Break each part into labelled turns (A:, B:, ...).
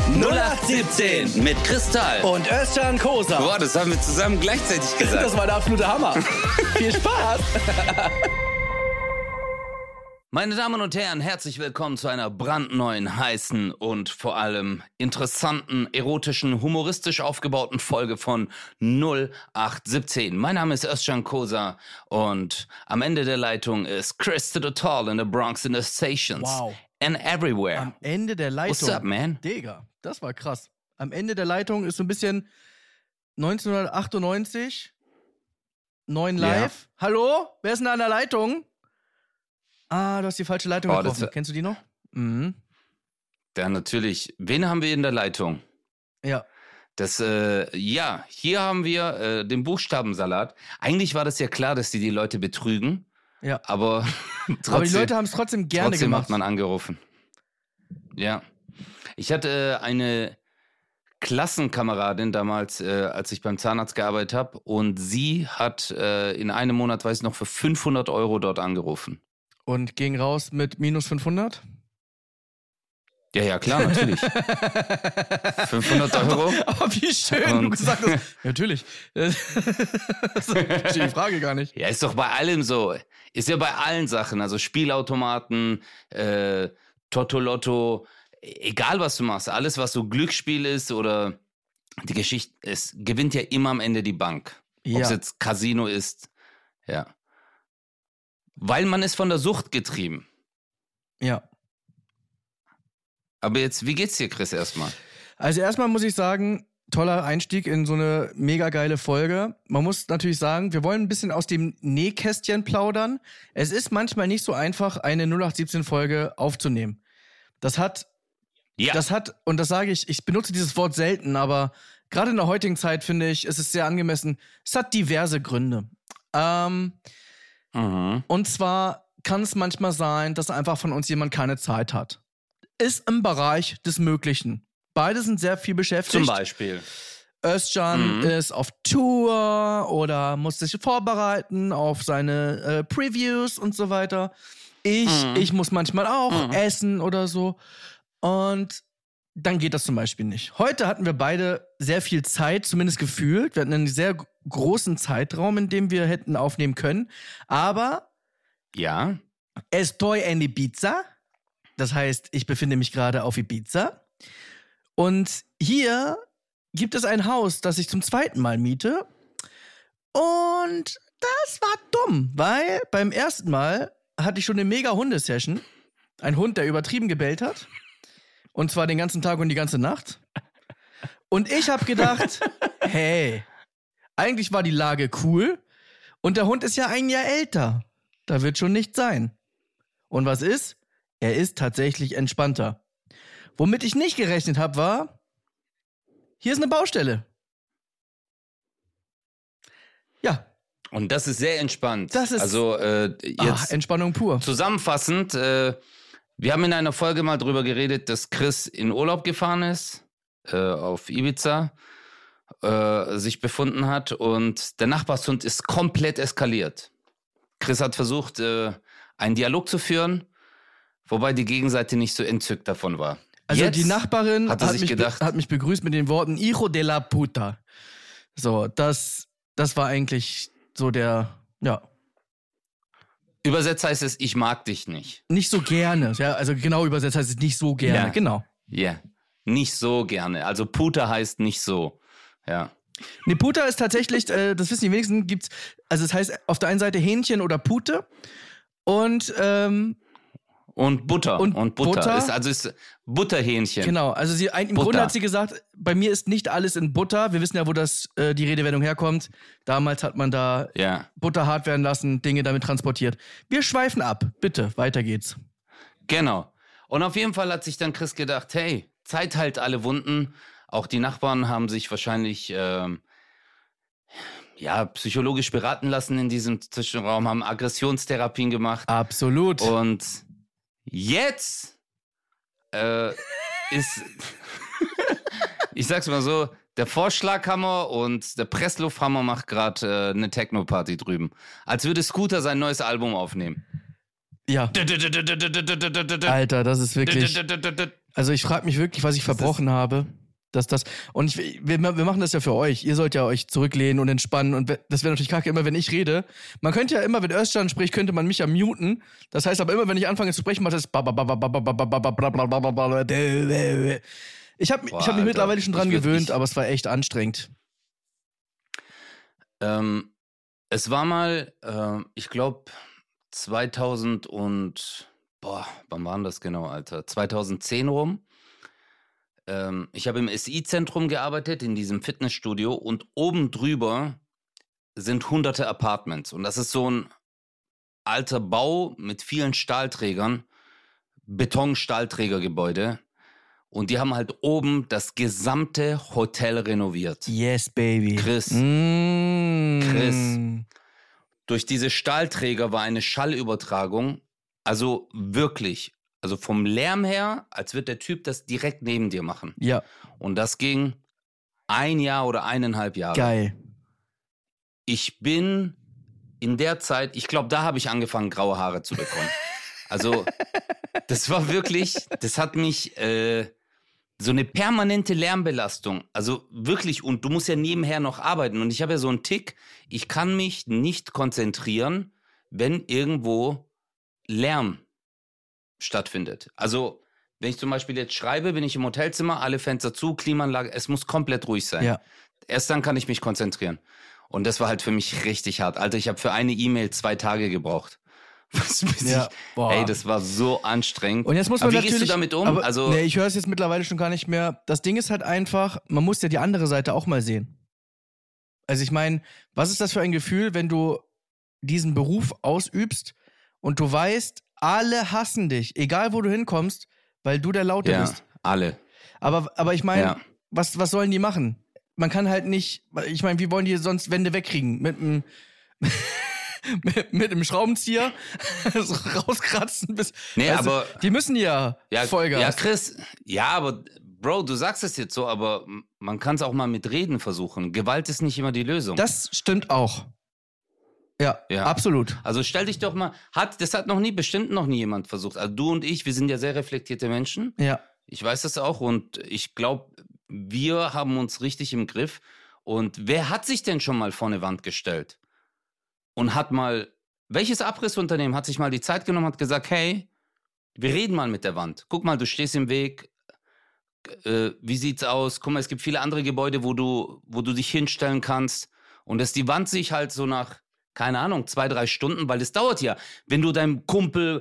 A: 0817 mit Kristall
B: und Özcan Kosa.
A: Boah, das haben wir zusammen gleichzeitig gesagt.
B: Das war der absolute Hammer. Viel Spaß.
A: Meine Damen und Herren, herzlich willkommen zu einer brandneuen, heißen und vor allem interessanten, erotischen, humoristisch aufgebauten Folge von 0817. Mein Name ist Özcan Kosa und am Ende der Leitung ist Chris to the Tall in the Bronx in the Stations.
B: Wow.
A: And everywhere.
B: Am Ende der Leitung.
A: What's up, man?
B: Digga, das war krass. Am Ende der Leitung ist so ein bisschen 1998, 9 live.
A: Ja.
B: Hallo? Wer ist denn da an der Leitung? Ah, du hast die falsche Leitung getroffen. Kennst du die noch? Mhm.
A: Ja, natürlich. Wen haben wir in der Leitung?
B: Ja.
A: Hier haben wir den Buchstabensalat. Eigentlich war das ja klar, dass die Leute betrügen.
B: Ja.
A: Aber trotzdem,
B: aber die Leute haben es trotzdem gerne gemacht.
A: Hat man angerufen. Ja. Ich hatte eine Klassenkameradin damals, als ich beim Zahnarzt gearbeitet habe. Und sie hat in einem Monat, weiß ich noch, für 500 € dort angerufen.
B: Und ging raus mit minus 500?
A: Ja, klar, natürlich. 500 €.
B: Aber wie schön du gesagt hast. Natürlich. Ich verstehe die Frage gar nicht.
A: Ja, ist doch bei allem so. Ist ja bei allen Sachen. Also Spielautomaten, Totolotto, egal was du machst. Alles, was so Glücksspiel ist oder die Geschichte, es gewinnt ja immer am Ende die Bank.
B: Ja.
A: Ob es jetzt Casino ist. Ja. Weil man ist von der Sucht getrieben.
B: Ja.
A: Aber jetzt, wie geht's dir, Chris, erstmal?
B: Also erstmal muss ich sagen, toller Einstieg in so eine mega geile Folge. Man muss natürlich sagen, wir wollen ein bisschen aus dem Nähkästchen plaudern. Es ist manchmal nicht so einfach, eine 0817-Folge aufzunehmen. Und das sage ich benutze dieses Wort selten, aber gerade in der heutigen Zeit finde ich, es ist sehr angemessen. Es hat diverse Gründe. Und zwar kann es manchmal sein, dass einfach von uns jemand keine Zeit hat. Ist im Bereich des Möglichen. Beide sind sehr viel beschäftigt.
A: Zum Beispiel.
B: Özcan ist auf Tour oder muss sich vorbereiten auf seine Previews und so weiter. Ich muss manchmal auch essen oder so. Und dann geht das zum Beispiel nicht. Heute hatten wir beide sehr viel Zeit, zumindest gefühlt. Wir hatten einen sehr großen Zeitraum, in dem wir hätten aufnehmen können. Aber
A: ja,
B: estoy en Ibiza. Das heißt, ich befinde mich gerade auf Ibiza. Und hier gibt es ein Haus, das ich zum 2. Mal miete. Und das war dumm, weil beim ersten Mal hatte ich schon eine mega Hundesession. Ein Hund, der übertrieben gebellt hat. Und zwar den ganzen Tag und die ganze Nacht. Und ich habe gedacht, hey, eigentlich war die Lage cool. Und der Hund ist ja ein Jahr älter. Da wird schon nichts sein. Und was ist? Er ist tatsächlich entspannter. Womit ich nicht gerechnet habe, war, hier ist eine Baustelle. Ja.
A: Und das ist sehr entspannt.
B: Das ist
A: jetzt
B: Entspannung pur.
A: Zusammenfassend, wir haben in einer Folge mal drüber geredet, dass Chris in Urlaub gefahren ist, auf Ibiza, sich befunden hat und der Nachbarshund ist komplett eskaliert. Chris hat versucht, einen Dialog zu führen, wobei die Gegenseite nicht so entzückt davon war.
B: Also
A: jetzt
B: die Nachbarin
A: hat
B: mich begrüßt mit den Worten Hijo de la puta. So, das war eigentlich so der, ja.
A: Übersetzt heißt es, ich mag dich nicht.
B: Nicht so gerne. Ja, also genau übersetzt heißt es nicht so gerne.
A: Ja.
B: Genau.
A: Ja, nicht so gerne. Also Puta heißt nicht so. Ja.
B: Ne, Puta ist tatsächlich, das wissen die wenigsten, gibt's, also es heißt auf der einen Seite Hähnchen oder Pute und
A: Butter. Und Butter. Ist Butterhähnchen.
B: Genau, also im Grunde hat sie gesagt, bei mir ist nicht alles in Butter. Wir wissen ja, wo die Redewendung herkommt. Damals hat man da Butter hart werden lassen, Dinge damit transportiert. Wir schweifen ab. Bitte, weiter geht's.
A: Genau. Und auf jeden Fall hat sich dann Chris gedacht, hey, Zeit heilt alle Wunden. Auch die Nachbarn haben sich wahrscheinlich psychologisch beraten lassen in diesem Zwischenraum, haben Aggressionstherapien gemacht.
B: Absolut.
A: Und jetzt ist, ich sag's mal so, der Vorschlaghammer und der Presslufthammer macht gerade eine Techno-Party drüben. Als würde Scooter sein neues Album aufnehmen.
B: Ja. Alter, das ist wirklich... Also ich frage mich wirklich, was ich verbrochen habe. Und wir machen das ja für euch. Ihr sollt ja euch zurücklehnen und entspannen. Und das wäre natürlich kacke, immer wenn ich rede. Man könnte ja immer, wenn Özcan spricht, könnte man mich ja muten. Das heißt aber immer, wenn ich anfange zu sprechen, macht das Ich habe mich mittlerweile schon dran gewöhnt, aber es war echt anstrengend.
A: Es war mal, ich glaube, 2000 und, wann war das genau, Alter? 2010 rum. Ich habe im SI-Zentrum gearbeitet, in diesem Fitnessstudio, und oben drüber sind hunderte Apartments. Und das ist so ein alter Bau mit vielen Stahlträgern, Beton-Stahlträgergebäude. Und die haben halt oben das gesamte Hotel renoviert.
B: Yes, baby.
A: Chris. Durch diese Stahlträger war eine Schallübertragung, also wirklich, also vom Lärm her, als wird der Typ das direkt neben dir machen.
B: Ja.
A: Und das ging 1 Jahr oder 1,5 Jahre.
B: Geil.
A: Ich bin in der Zeit, ich glaube, da habe ich angefangen, graue Haare zu bekommen. Also, das war wirklich, das hat mich so eine permanente Lärmbelastung. Also wirklich, und du musst ja nebenher noch arbeiten. Und ich habe ja so einen Tick, ich kann mich nicht konzentrieren, wenn irgendwo Lärm stattfindet. Also, wenn ich zum Beispiel jetzt schreibe, bin ich im Hotelzimmer, alle Fenster zu, Klimaanlage, es muss komplett ruhig sein.
B: Ja.
A: Erst dann kann ich mich konzentrieren. Und das war halt für mich richtig hart. Alter, ich habe für eine E-Mail 2 Tage gebraucht. Ey, das war so anstrengend.
B: Und jetzt muss man
A: aber wie
B: natürlich,
A: gehst du damit um?
B: Aber, ich höre es jetzt mittlerweile schon gar nicht mehr. Das Ding ist halt einfach, man muss ja die andere Seite auch mal sehen. Also ich meine, was ist das für ein Gefühl, wenn du diesen Beruf ausübst und du weißt, alle hassen dich, egal wo du hinkommst, weil du der Laute bist.
A: Alle.
B: Aber ich meine, was sollen die machen? Man kann halt nicht, ich meine, wie wollen die sonst Wände wegkriegen? Mit einem mit einem Schraubenzieher so rauskratzen bis.
A: Nee, aber.
B: Die müssen ja Vollgas.
A: Ja, Chris, aber Bro, du sagst es jetzt so, aber man kann es auch mal mit Reden versuchen. Gewalt ist nicht immer die Lösung.
B: Das stimmt auch. Ja, absolut.
A: Also stell dich doch mal, das hat bestimmt noch nie jemand versucht. Also du und ich, wir sind ja sehr reflektierte Menschen.
B: Ja.
A: Ich weiß das auch und ich glaube, wir haben uns richtig im Griff. Und wer hat sich denn schon mal vor eine Wand gestellt? Und welches Abrissunternehmen hat sich mal die Zeit genommen, hat gesagt, hey, wir reden mal mit der Wand. Guck mal, du stehst im Weg. Wie sieht's aus? Guck mal, es gibt viele andere Gebäude, wo du dich hinstellen kannst. Und dass die Wand sich halt so nach, keine Ahnung, 2-3 Stunden, weil es dauert ja. Wenn du deinem Kumpel,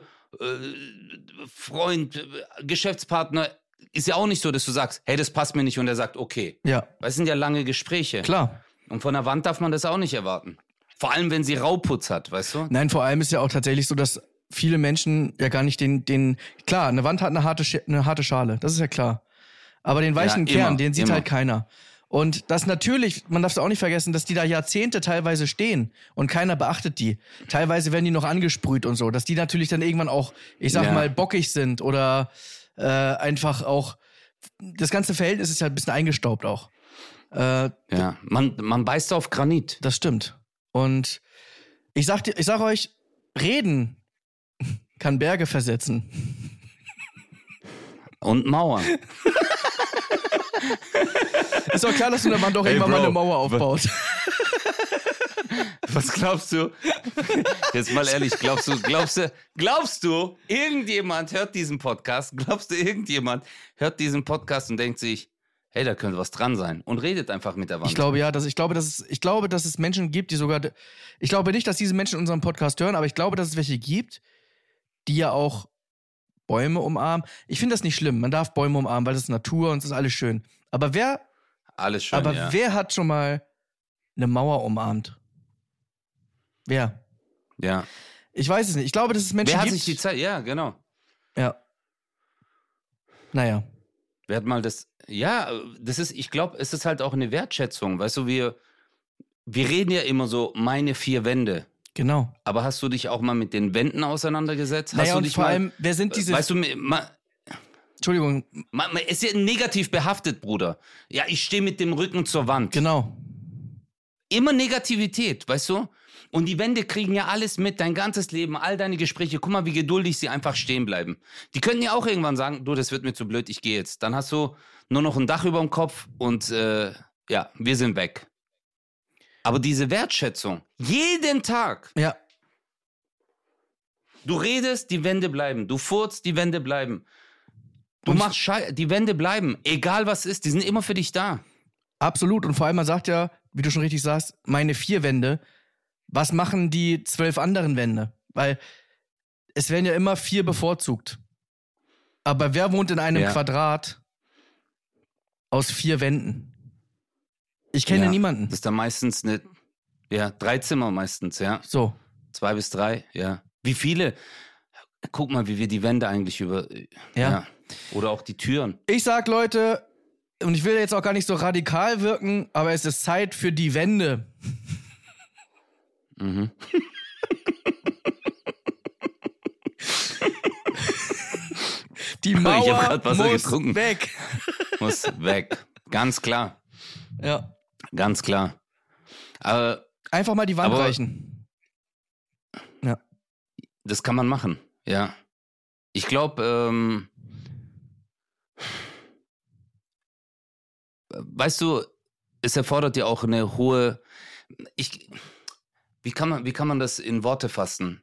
A: Freund, Geschäftspartner, ist ja auch nicht so, dass du sagst, hey, das passt mir nicht. Und er sagt, okay.
B: Ja.
A: Weil es sind ja lange Gespräche.
B: Klar.
A: Und von der Wand darf man das auch nicht erwarten. Vor allem, wenn sie Rauputz hat, weißt du?
B: Nein, vor allem ist ja auch tatsächlich so, dass viele Menschen ja gar nicht klar, eine Wand hat eine harte Schale, das ist ja klar. Aber den weichen Kern, den sieht halt keiner. Und das natürlich, man darf es auch nicht vergessen, dass die da Jahrzehnte teilweise stehen und keiner beachtet die. Teilweise werden die noch angesprüht und so, dass die natürlich dann irgendwann auch, ich sag mal, bockig sind oder einfach auch, das ganze Verhältnis ist ja ein bisschen eingestaubt auch.
A: Man beißt auf Granit.
B: Das stimmt. Und ich sag euch, reden kann Berge versetzen.
A: Und Mauern.
B: Ist doch klar, dass du in der Wand auch irgendwann mal eine Mauer aufbaust.
A: Was glaubst du? Jetzt mal ehrlich, glaubst du, irgendjemand hört diesen Podcast? Glaubst du, irgendjemand hört diesen Podcast und denkt sich, hey, da könnte was dran sein und redet einfach mit der Wand?
B: Ich glaube, dass es Menschen gibt, die sogar, ich glaube nicht, dass diese Menschen unseren Podcast hören, aber ich glaube, dass es welche gibt, die ja auch Bäume umarmen. Ich finde das nicht schlimm, man darf Bäume umarmen, weil das ist Natur und es ist alles schön. Aber wer hat schon mal eine Mauer umarmt? Wer?
A: Ja.
B: Ich weiß es nicht. Ich glaube, dass es Menschen gibt.
A: Wer hat sich die Zeit? Ja, genau.
B: Ja. Naja.
A: Wer hat mal das? Ja, ich glaube, es ist halt auch eine Wertschätzung. Weißt du, wir reden ja immer so, meine 4 Wände.
B: Genau.
A: Aber hast du dich auch mal mit den Wänden auseinandergesetzt?
B: Naja, und vor allem, wer sind diese...
A: Weißt du,
B: Entschuldigung.
A: Man ist ja negativ behaftet, Bruder. Ja, ich stehe mit dem Rücken zur Wand.
B: Genau.
A: Immer Negativität, weißt du? Und die Wände kriegen ja alles mit, dein ganzes Leben, all deine Gespräche. Guck mal, wie geduldig sie einfach stehen bleiben. Die können ja auch irgendwann sagen, du, das wird mir zu blöd, ich gehe jetzt. Dann hast du nur noch ein Dach über dem Kopf und ja, wir sind weg. Aber diese Wertschätzung, jeden Tag.
B: Ja.
A: Du redest, die Wände bleiben. Du furzt, die Wände bleiben. Du machst die Wände bleiben. Egal was ist, die sind immer für dich da.
B: Absolut. Und vor allem, man sagt ja, wie du schon richtig sagst, meine 4 Wände. Was machen die 12 anderen Wände? Weil es werden ja immer 4 bevorzugt. Aber wer wohnt in einem Quadrat aus 4 Wänden? Ich kenne niemanden.
A: Das ist dann meistens 3 Zimmer meistens, ja.
B: So.
A: 2 bis 3, ja. Wie viele? Guck mal, wie wir die Wände eigentlich
B: Ja.
A: Oder auch die Türen.
B: Ich sag, Leute, und ich will jetzt auch gar nicht so radikal wirken, aber es ist Zeit für die Wände.
A: Mhm.
B: Die Mauer
A: ich hab grad Wasser
B: muss
A: getrunken.
B: weg.
A: Muss weg. Ganz klar.
B: Ja.
A: Ganz klar. Aber
B: einfach mal die Wand reichen. Ja.
A: Das kann man machen, ja. Ich glaube, weißt du, es erfordert ja auch eine hohe, wie kann man das in Worte fassen?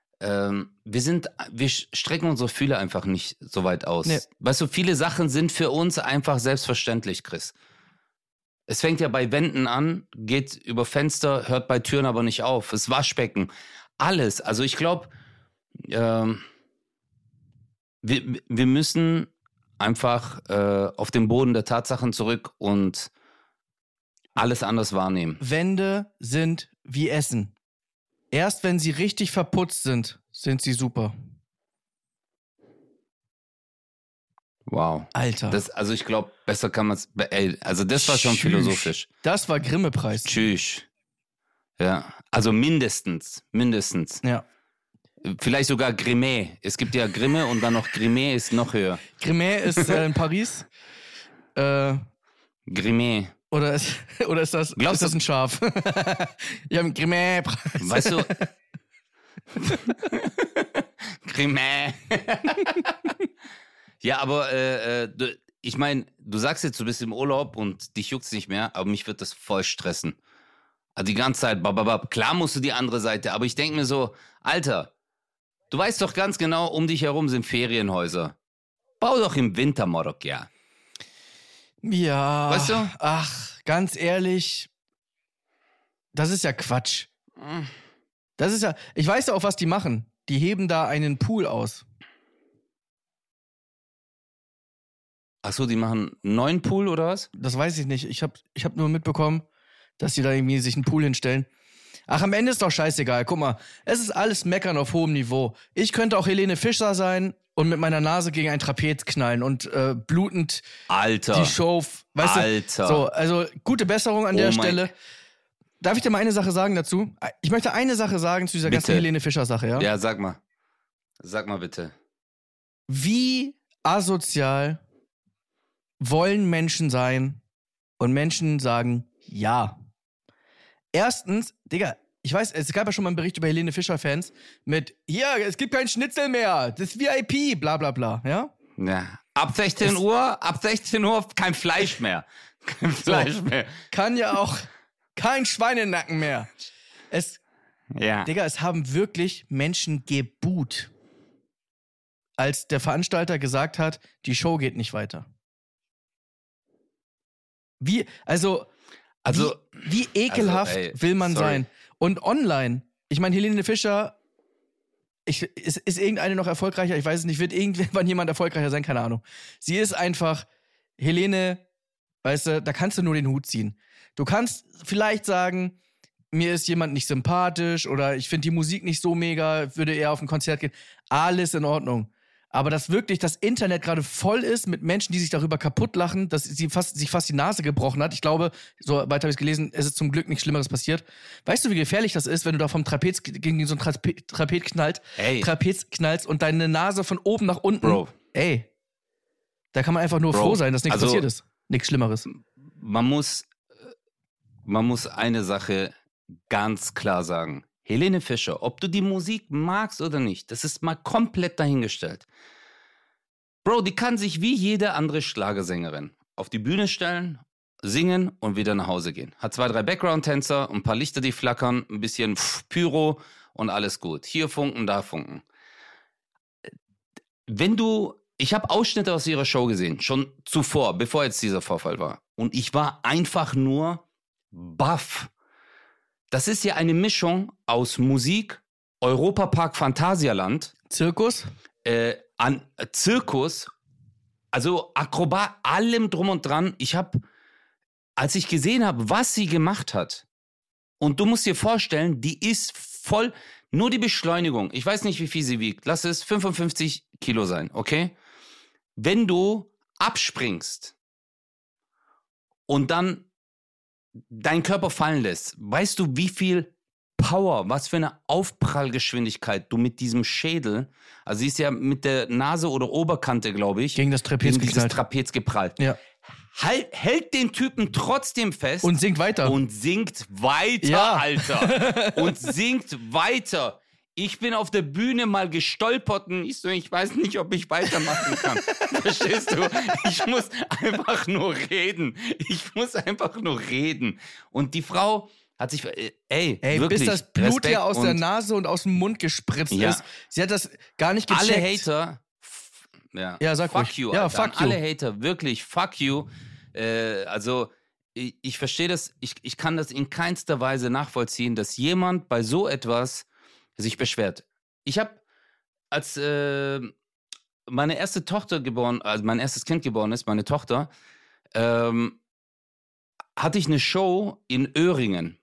A: Wir strecken unsere Fühler einfach nicht so weit aus. Nee. Weißt du, viele Sachen sind für uns einfach selbstverständlich, Chris. Es fängt ja bei Wänden an, geht über Fenster, hört bei Türen aber nicht auf. Das Waschbecken, alles. Also ich glaube, wir müssen einfach auf den Boden der Tatsachen zurück und alles anders wahrnehmen.
B: Wände sind wie Essen. Erst wenn sie richtig verputzt sind, sind sie super.
A: Wow.
B: Alter.
A: Also ich glaube, besser kann man es. Also das war schon philosophisch.
B: Das war Grimme-Preis.
A: Tschüss. Ja, also mindestens.
B: Ja.
A: Vielleicht sogar Grimme. Es gibt ja Grimme und dann noch Grimme ist noch höher.
B: Grimme ist in Paris.
A: Grimme.
B: Oder ist das ein Schaf? Wir haben Grimme-Preis.
A: Weißt du? Grimme. Ja, aber ich meine, du sagst jetzt, du bist im Urlaub und dich juckt's nicht mehr, aber mich wird das voll stressen. Also die ganze Zeit, klar musst du die andere Seite, aber ich denke mir so, Alter, du weißt doch ganz genau, um dich herum sind Ferienhäuser. Bau doch im Winter Morok, ja.
B: Ja.
A: Weißt du?
B: Ach, ganz ehrlich, das ist ja Quatsch. Das ist ja, ich weiß ja auch, was die machen. Die heben da einen Pool aus.
A: Ach so, die machen einen neuen Pool oder was?
B: Das weiß ich nicht. Ich hab nur mitbekommen, dass die da irgendwie sich einen Pool hinstellen. Ach, am Ende ist doch scheißegal. Guck mal, es ist alles Meckern auf hohem Niveau. Ich könnte auch Helene Fischer sein und mit meiner Nase gegen ein Trapez knallen und blutend die Show, weißt du? So, also gute Besserung an der Stelle. Darf ich dir mal eine Sache sagen dazu? Ich möchte eine Sache sagen zu dieser ganzen Helene Fischer-Sache, ja?
A: Ja, sag mal. Sag mal bitte.
B: Wie asozial wollen Menschen sein und Menschen sagen ja. Erstens, Digga, ich weiß, es gab ja schon mal einen Bericht über Helene Fischer-Fans mit, hier, es gibt kein Schnitzel mehr, das ist VIP, bla bla bla, ja?
A: Ja. Ab 16 Uhr kein Fleisch mehr. Kein Fleisch mehr.
B: Kann ja auch kein Schweinenacken mehr. Digga, es haben wirklich Menschen geboot, als der Veranstalter gesagt hat, die Show geht nicht weiter. Wie ekelhaft will man sein? Und online, ich meine, Helene Fischer, ist irgendeine noch erfolgreicher? Ich weiß es nicht, wird irgendwann jemand erfolgreicher sein? Keine Ahnung. Sie ist einfach, Helene, weißt du, da kannst du nur den Hut ziehen. Du kannst vielleicht sagen, mir ist jemand nicht sympathisch oder ich finde die Musik nicht so mega, würde eher auf ein Konzert gehen. Alles in Ordnung. Aber dass wirklich das Internet gerade voll ist mit Menschen, die sich darüber kaputt lachen, dass sie sich fast die Nase gebrochen hat. Ich glaube, so weit habe ich es gelesen, es ist zum Glück nichts Schlimmeres passiert. Weißt du, wie gefährlich das ist, wenn du da vom Trapez gegen so ein Trapez knallst und deine Nase von oben nach unten.
A: Bro.
B: Ey, da kann man einfach nur froh sein, dass nichts passiert ist. Nichts Schlimmeres.
A: Man muss eine Sache ganz klar sagen, Helene Fischer, ob du die Musik magst oder nicht, das ist mal komplett dahingestellt. Bro, die kann sich wie jede andere Schlagersängerin auf die Bühne stellen, singen und wieder nach Hause gehen. Hat 2, 3 Background-Tänzer, ein paar Lichter, die flackern, ein bisschen Pyro und alles gut. Hier Funken, da Funken. Ich habe Ausschnitte aus ihrer Show gesehen, schon zuvor, bevor jetzt dieser Vorfall war. Und ich war einfach nur baff. Das ist ja eine Mischung aus Musik, Europapark Phantasialand,
B: Zirkus?
A: Zirkus, also Akrobat, allem drum und dran. Als ich gesehen habe, was sie gemacht hat, und du musst dir vorstellen, die ist voll, nur die Beschleunigung, ich weiß nicht, wie viel sie wiegt, lass es 55 Kilo sein, okay? Wenn du abspringst und dann deinen Körper fallen lässt, weißt du, wie viel Power, was für eine Aufprallgeschwindigkeit du mit diesem Schädel, also sie ist ja mit der Nase oder Oberkante, glaube ich,
B: gegen das Trapez
A: gegen dieses Trapez geprallt.
B: Ja.
A: Hält den Typen trotzdem fest.
B: Und singt weiter.
A: Und singt weiter, Alter. Und singt weiter. Ich bin auf der Bühne mal gestolpert und ich weiß nicht, ob ich weitermachen kann. Verstehst du? Ich muss einfach nur reden. Und die Frau hat sich, wirklich,
B: bis das Blut
A: Respekt
B: ja aus der Nase und aus dem Mund gespritzt ist. Sie hat das gar nicht gecheckt.
A: Alle Hater,
B: sag
A: fuck
B: ruhig.
A: you,
B: Ja,
A: Alter.
B: fuck you.
A: Alle Hater, wirklich, fuck you. Also, ich verstehe das, ich kann das in keinster Weise nachvollziehen, dass jemand bei so etwas sich beschwert. Ich habe, als meine erste Tochter mein erstes Kind geboren ist, meine Tochter, hatte ich eine Show in Öhringen.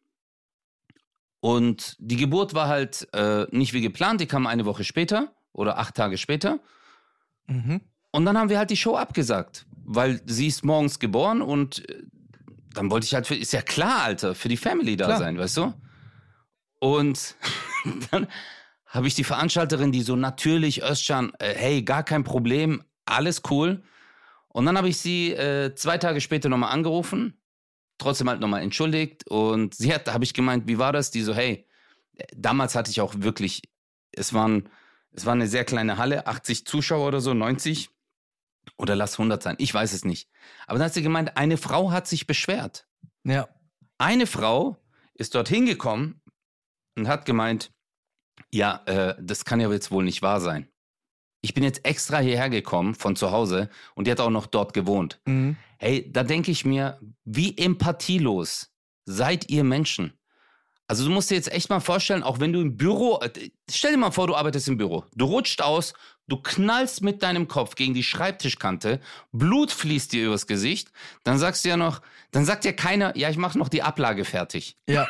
A: Und die Geburt war halt nicht wie geplant, die kam eine Woche später oder 8 Tage später.
B: Mhm.
A: Und dann haben wir halt die Show abgesagt, weil sie ist morgens geboren und dann wollte ich halt, ist ja klar, Alter, für die Family da sein, weißt du? Und dann habe ich die Veranstalterin, die so natürlich, Özcan, hey, gar kein Problem, alles cool. Und dann habe ich sie 2 Tage später nochmal angerufen, trotzdem halt nochmal entschuldigt und da habe ich gemeint, wie war das? Die so, hey, damals hatte ich auch wirklich, es war eine sehr kleine Halle, 80 Zuschauer oder so, 90 oder lass 100 sein, ich weiß es nicht. Aber dann hat sie gemeint, eine Frau hat sich beschwert.
B: Ja.
A: Eine Frau ist dorthin gekommen und hat gemeint, ja, das kann ja jetzt wohl nicht wahr sein. Ich bin jetzt extra hierher gekommen von zu Hause und die hat auch noch dort gewohnt.
B: Mhm.
A: Hey, da denke ich mir, wie empathielos seid ihr Menschen? Also du musst dir jetzt echt mal vorstellen, auch wenn du im Büro, stell dir mal vor, du arbeitest im Büro, du rutscht aus, du knallst mit deinem Kopf gegen die Schreibtischkante, Blut fließt dir übers Gesicht, dann sagt dir keiner, ja, ich mache noch die Ablage fertig.
B: Ja.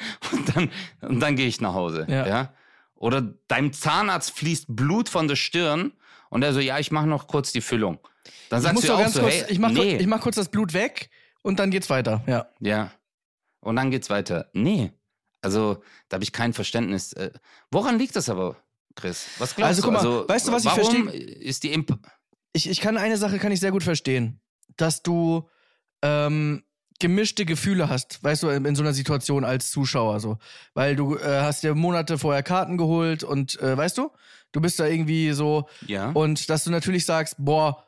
A: und dann gehe ich nach Hause. Ja? Oder deinem Zahnarzt fließt Blut von der Stirn und er so, ja, ich mache noch kurz die Füllung. Dann sagst du auch so,
B: kurz,
A: hey,
B: ich mach kurz das Blut weg und dann geht's weiter. Ja.
A: Ja. Und dann geht's weiter. Nee. Also, da habe ich kein Verständnis. Woran liegt das aber, Chris? Was glaubst
B: du?
A: Also,
B: guck mal, weißt du, was ich
A: verstehe?
B: verstehe?
A: Ist die
B: Ich kann eine Sache kann ich sehr gut verstehen, dass du gemischte Gefühle hast, weißt du, in so einer Situation als Zuschauer so, weil du hast dir Monate vorher Karten geholt und weißt du, du bist da irgendwie so und dass du natürlich sagst, boah,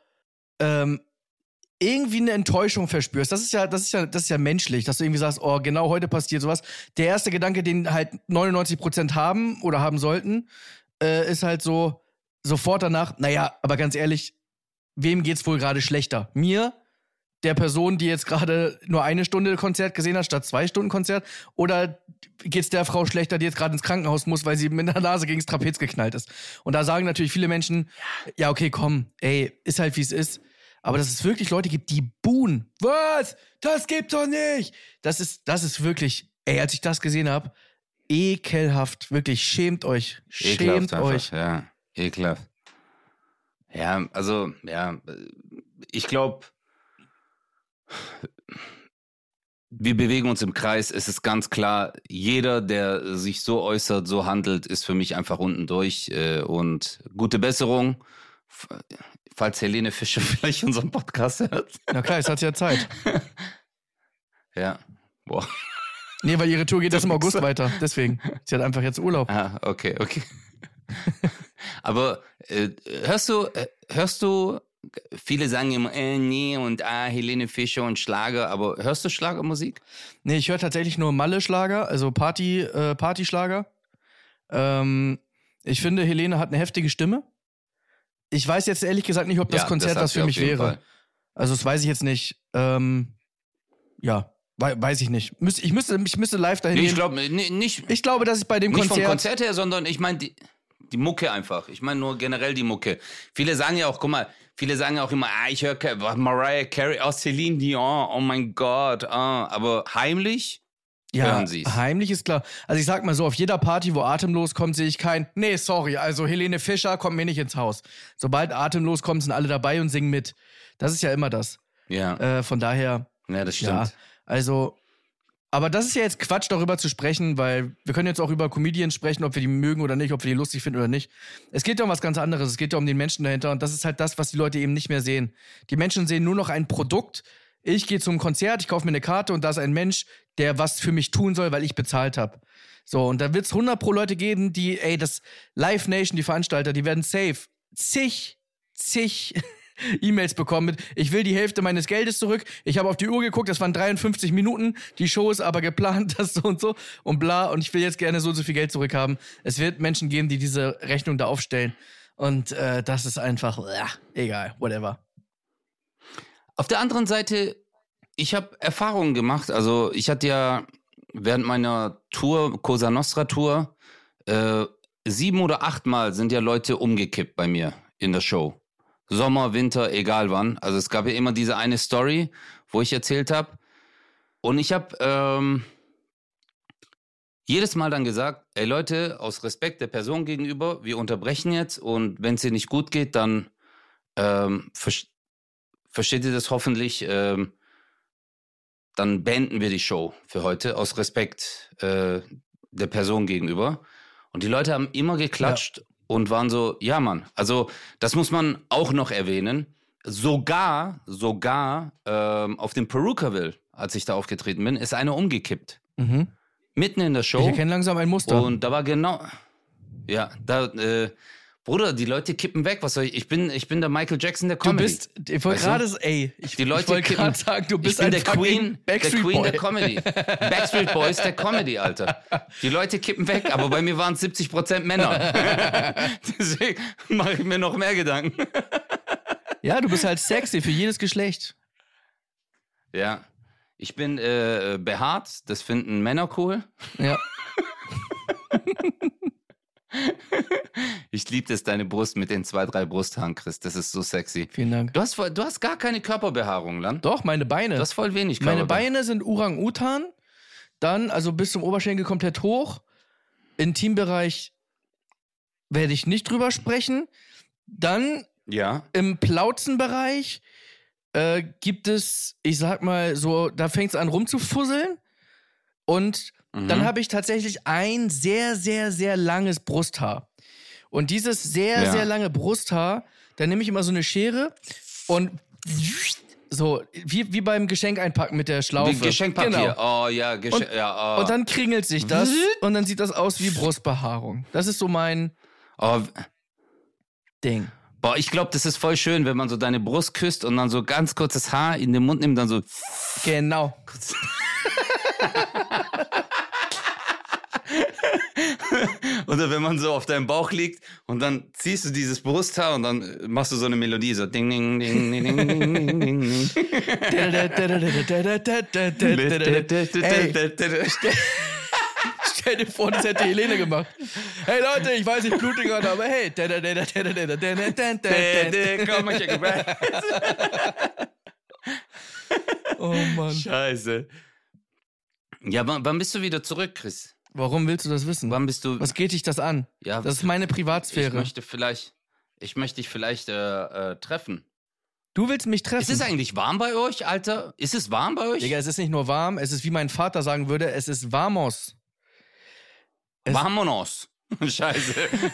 B: irgendwie eine Enttäuschung verspürst. Das ist ja menschlich, dass du irgendwie sagst, oh, genau heute passiert sowas. Der erste Gedanke, den halt 99% haben oder haben sollten, ist halt so sofort danach, naja, aber ganz ehrlich, wem geht's wohl gerade schlechter? Mir, der Person, die jetzt gerade nur 1 Stunde Konzert gesehen hat, statt 2 Stunden Konzert? Oder geht's der Frau schlechter, die jetzt gerade ins Krankenhaus muss, weil sie mit der Nase gegen das Trapez geknallt ist? Und da sagen natürlich viele Menschen, ja, okay, komm, ey, ist halt wie es ist. Aber dass es wirklich Leute gibt, die buhen. Was? Das gibt's doch nicht! Das ist wirklich, ey, als ich das gesehen habe, ekelhaft. Wirklich, schämt euch. Schämt euch.
A: Ja, ekelhaft. Ja, also, ja, ich glaube, wir bewegen uns im Kreis. Es ist ganz klar, jeder, der sich so äußert, so handelt, ist für mich einfach unten durch. Und gute Besserung, falls Helene Fischer vielleicht unseren Podcast hört.
B: Na klar, es hat ja Zeit.
A: Ja, boah.
B: Nee, weil ihre Tour geht erst im August weiter. Deswegen. Sie hat einfach jetzt Urlaub.
A: Ah, okay. Aber hörst du, viele sagen immer, nee und Helene Fischer und Schlager, aber hörst du Schlagermusik?
B: Nee, ich höre tatsächlich nur Malle-Schlager, also Partyschlager. Ich finde, Helene hat eine heftige Stimme. Ich weiß jetzt ehrlich gesagt nicht, ob das Konzert was für mich wäre.
A: Fall.
B: Also das weiß ich jetzt nicht. Weiß ich nicht. Ich müsste live dahin gehen.
A: Ich glaube nicht.
B: Ich glaube, dass ich bei dem
A: Nicht
B: Konzert...
A: vom Konzert her, sondern ich meine die Mucke einfach. Ich meine nur generell die Mucke. Viele sagen ja auch, guck mal, immer, ich höre Mariah Carey, Celine Dion, oh mein Gott, aber heimlich hören sie es.
B: Heimlich ist klar. Also ich sag mal so, auf jeder Party, wo Atemlos kommt, sehe ich nee, sorry, also Helene Fischer kommt mir nicht ins Haus. Sobald Atemlos kommt, sind alle dabei und singen mit. Das ist ja immer das.
A: Ja.
B: Von daher...
A: Ja, das stimmt.
B: Ja, also... Aber das ist ja jetzt Quatsch, darüber zu sprechen, weil wir können jetzt auch über Comedians sprechen, ob wir die mögen oder nicht, ob wir die lustig finden oder nicht. Es geht ja um was ganz anderes. Es geht ja um den Menschen dahinter und das ist halt das, was die Leute eben nicht mehr sehen. Die Menschen sehen nur noch ein Produkt. Ich gehe zum Konzert, ich kaufe mir eine Karte und da ist ein Mensch, der was für mich tun soll, weil ich bezahlt habe. So, und da wird es 100 pro Leute geben, die, das Live Nation, die Veranstalter, die werden safe zig E-Mails bekommen mit, ich will die Hälfte meines Geldes zurück, ich habe auf die Uhr geguckt, das waren 53 Minuten, die Show ist aber geplant, das so und bla und ich will jetzt gerne so viel Geld zurückhaben. Es wird Menschen geben, die diese Rechnung da aufstellen und das ist einfach, egal, whatever.
A: Auf der anderen Seite, ich habe Erfahrungen gemacht, also ich hatte ja während meiner Tour, Cosa Nostra Tour, 7 oder 8 Mal sind ja Leute umgekippt bei mir in der Show. Sommer, Winter, egal wann. Also es gab ja immer diese eine Story, wo ich erzählt habe. Und ich habe jedes Mal dann gesagt, ey Leute, aus Respekt der Person gegenüber, wir unterbrechen jetzt und wenn es dir nicht gut geht, dann versteht ihr das hoffentlich, dann beenden wir die Show für heute, aus Respekt der Person gegenüber. Und die Leute haben immer geklatscht. Ja. Und waren so, ja Mann, also das muss man auch noch erwähnen, sogar auf dem Perukaville, als ich da aufgetreten bin, ist einer umgekippt. Mhm. Mitten in der Show.
B: Ich erkenne langsam ein Muster.
A: Und da war Bruder, die Leute kippen weg. Was soll ich? Ich bin der Michael Jackson der Comedy.
B: Ich wollte gerade sagen, du bist
A: der Queen der Comedy. Backstreet Boys der Comedy, Alter. Die Leute kippen weg, aber bei mir waren es 70% Männer. Deswegen mache ich mir noch mehr Gedanken.
B: Ja, du bist halt sexy für jedes Geschlecht.
A: Ja. Ich bin behaart, das finden Männer cool.
B: Ja.
A: Ich liebe es, deine Brust mit den 2, 3 Brusthaaren, Chris. Das ist so sexy.
B: Vielen Dank.
A: Du hast gar keine Körperbehaarung, Lan.
B: Doch, meine Beine.
A: Du hast voll wenig Körperbehaarung.
B: Meine Beine sind Orang-Utan. Dann, also bis zum Oberschenkel komplett hoch. Intimbereich werde ich nicht drüber sprechen. Dann im Plauzenbereich gibt es, ich sag mal so, da fängt es an rumzufusseln. Und dann habe ich tatsächlich ein sehr, sehr, sehr langes Brusthaar. Und dieses sehr, sehr lange Brusthaar, da nehme ich immer so eine Schere und so, wie beim Geschenk einpacken mit der Schlaufe.
A: Geschenkpapier.
B: Genau.
A: Oh ja,
B: Und dann kringelt sich das und dann sieht das aus wie Brustbehaarung. Das ist so mein Ding.
A: Boah, ich glaube, das ist voll schön, wenn man so deine Brust küsst und dann so ganz kurzes Haar in den Mund nimmt, dann so.
B: Genau.
A: Oder wenn man so auf deinem Bauch liegt und dann ziehst du dieses Brusthaar und dann machst du so eine Melodie, so ding, ding, ding, ding, ding, ding, ding, ding.
B: Stell dir vor, das hätte Helene gemacht. Hey Leute, ich weiß, ich blute gerade, aber hey.
A: Komm, ich
B: Oh Mann.
A: Scheiße. Ja, wann bist du wieder zurück, Chris?
B: Warum willst du das wissen?
A: Wann bist du?
B: Was geht dich das an?
A: Ja,
B: das ist meine Privatsphäre.
A: Ich möchte dich vielleicht treffen.
B: Du willst mich treffen?
A: Ist es eigentlich warm bei euch, Alter? Ist es warm bei euch?
B: Digga, es ist nicht nur warm, es ist, wie mein Vater sagen würde, es ist vamos.
A: Vamonos. Scheiße.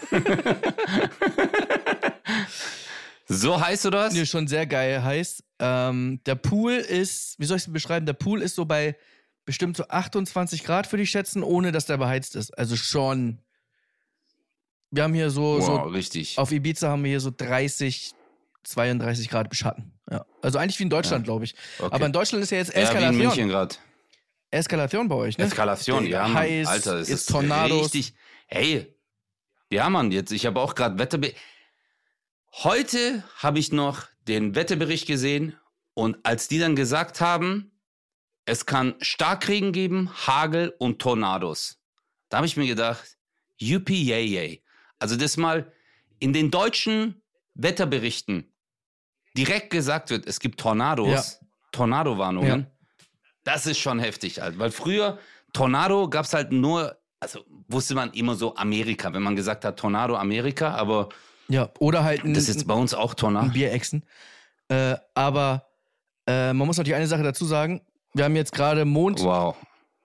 A: So heiß oder was?
B: Nee, schon sehr geil heiß. Der Pool ist, wie soll ich es beschreiben? Der Pool ist so bei bestimmt so 28 Grad, würde ich schätzen, ohne dass der beheizt ist. Also schon. Wir haben hier so
A: richtig.
B: auf Ibiza haben wir hier so 30, 32 Grad beschatten. Ja. Also eigentlich wie in Deutschland, glaube ich.
A: Okay.
B: Aber in Deutschland ist ja jetzt
A: Ja, wie in
B: Eskalation.
A: München gerade.
B: Eskalation bei euch, ne?
A: Eskalation, ja, Mann.
B: Heiß,
A: Alter, es ist
B: Tornados.
A: richtig. Hey, ja, Mann, ich habe auch gerade Heute habe ich noch den Wetterbericht gesehen und als die dann gesagt haben, es kann Starkregen geben, Hagel und Tornados. Da habe ich mir gedacht, yuppie, yay, yay. Also das mal in den deutschen Wetterberichten direkt gesagt wird, es gibt Tornados, Tornado-Warnungen.
B: Ja.
A: Das ist schon heftig, halt. Weil früher, Tornado gab es halt nur, also wusste man immer so Amerika, wenn man gesagt hat Tornado Amerika, aber
B: Ja, oder halt
A: das ist bei uns auch Tornado.
B: ein Bierechsen. Aber man muss natürlich eine Sache dazu sagen. Wir haben jetzt gerade
A: Wow.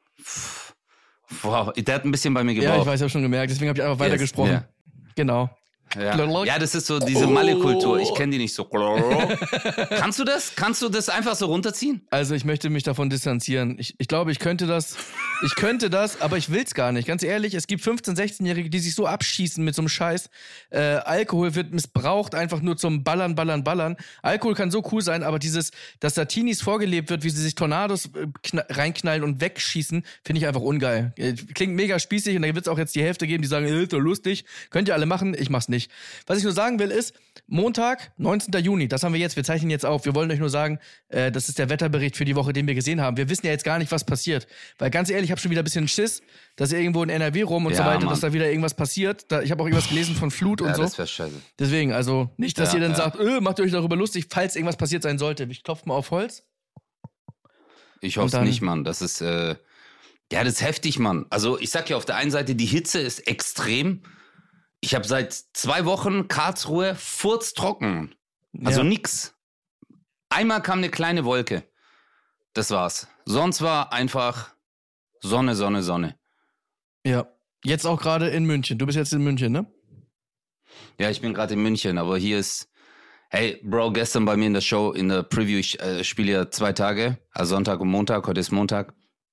A: Wow, der hat ein bisschen bei mir gebraucht.
B: Ja, ich weiß, ich habe schon gemerkt. Deswegen habe ich einfach weitergesprochen.
A: Ja.
B: Genau.
A: Ja, das ist so diese Malle-Kultur. Ich kenne die nicht so. Kannst du das? Kannst du das einfach so runterziehen?
B: Also ich möchte mich davon distanzieren. Ich glaube, ich könnte das, aber ich will's gar nicht. Ganz ehrlich, es gibt 15-, 16-Jährige, die sich so abschießen mit so einem Scheiß. Alkohol wird missbraucht, einfach nur zum Ballern. Alkohol kann so cool sein, aber dass da Teenies vorgelebt wird, wie sie sich Tornados reinknallen und wegschießen, finde ich einfach ungeil. Klingt mega spießig und da wird's auch jetzt die Hälfte geben, die sagen, ist doch lustig. Könnt ihr alle machen, ich mach's nicht. Was ich nur sagen will ist, Montag, 19. Juni, das haben wir jetzt, wir zeichnen jetzt auf. Wir wollen euch nur sagen, das ist der Wetterbericht für die Woche, den wir gesehen haben. Wir wissen ja jetzt gar nicht, was passiert. Weil ganz ehrlich, ich habe schon wieder ein bisschen Schiss, dass irgendwo in NRW rum und so weiter,
A: Mann.
B: dass da wieder irgendwas passiert. Ich habe auch irgendwas gelesen von Flut und so.
A: Das wäre scheiße.
B: Deswegen, also nicht, dass ihr dann sagt, macht ihr euch darüber lustig, falls irgendwas passiert sein sollte. Ich klopfe mal auf Holz.
A: Ich hoffe es nicht, Mann. Das ist, das ist heftig, Mann. Also ich sag ja, auf der einen Seite, die Hitze ist extrem. Ich habe seit 2 Wochen Karlsruhe furztrocken. Also nix. Einmal kam eine kleine Wolke. Das war's. Sonst war einfach Sonne.
B: Ja. Jetzt auch gerade in München. Du bist jetzt in München, ne?
A: Ja, ich bin gerade in München, aber hier ist... Hey, Bro, gestern bei mir in der Show, in der Preview, ich spiele ja 2 Tage, also Sonntag und Montag, heute ist Montag.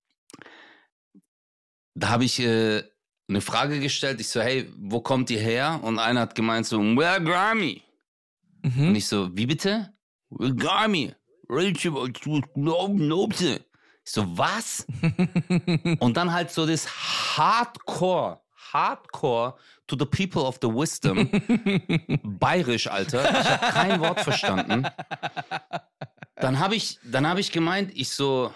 A: Da habe ich... eine Frage gestellt. Ich so, hey, wo kommt ihr her? Und einer hat gemeint so, where Grammy? Und ich so, wie bitte? Where Grammy? Ich so, was? Und dann halt so das Hardcore to the people of the wisdom. Bayerisch, Alter. Ich habe kein Wort verstanden. Dann hab ich gemeint, ich so,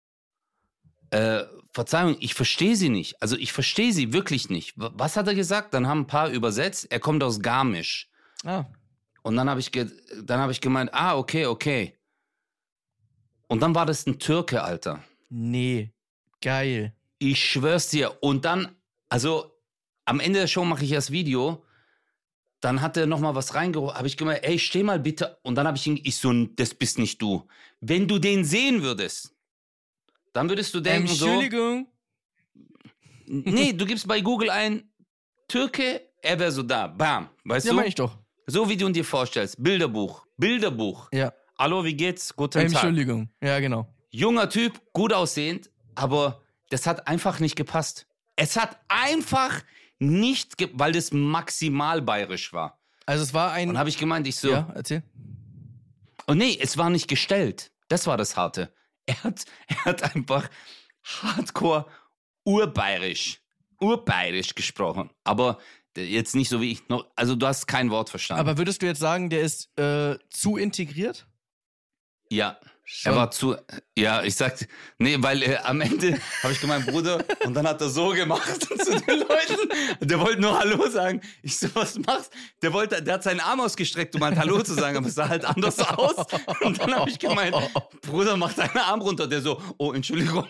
A: Verzeihung, ich verstehe sie nicht. Also ich verstehe sie wirklich nicht. Was hat er gesagt? Dann haben ein paar übersetzt. Er kommt aus Garmisch.
B: Ah.
A: Und dann habe ich gemeint, okay. Und dann war das ein Türke, Alter.
B: Nee. Geil.
A: Ich schwör's dir. Und dann, also am Ende der Show mache ich das Video. Dann hat er nochmal was reingeholt. Habe ich gemeint, ey, steh mal bitte. Und dann habe ich so, das bist nicht du. Wenn du den sehen würdest, dann würdest du denken
B: Entschuldigung.
A: So... Nee, du gibst bei Google ein Türke, er wäre so da. Bam. Weißt du?
B: Ja, meine ich doch.
A: So wie du dir vorstellst. Bilderbuch.
B: Ja.
A: Hallo, wie geht's? Guten Tag.
B: Entschuldigung. Ja, genau.
A: Junger Typ, gut aussehend, aber das hat einfach nicht gepasst. Es hat einfach nicht, weil das maximal bayerisch war.
B: Also es war ein...
A: Und habe ich gemeint, ich so...
B: Ja, erzähl.
A: Und nee, es war nicht gestellt. Das war das Harte. Er hat einfach hardcore urbayerisch gesprochen. Aber jetzt nicht so wie ich noch. Also du hast kein Wort verstanden.
B: Aber würdest du jetzt sagen, der ist zu integriert?
A: Ja.
B: Schon.
A: Er war zu. Ja, ich sagte. Nee, weil am Ende habe ich gemeint, Bruder, und dann hat er so gemacht zu den Leuten. Der wollte nur Hallo sagen. Ich so, was machst du? Der hat seinen Arm ausgestreckt, um halt Hallo zu sagen, aber es sah halt anders aus. Und dann habe ich gemeint, Bruder, mach deinen Arm runter. Der so, oh, Entschuldigung.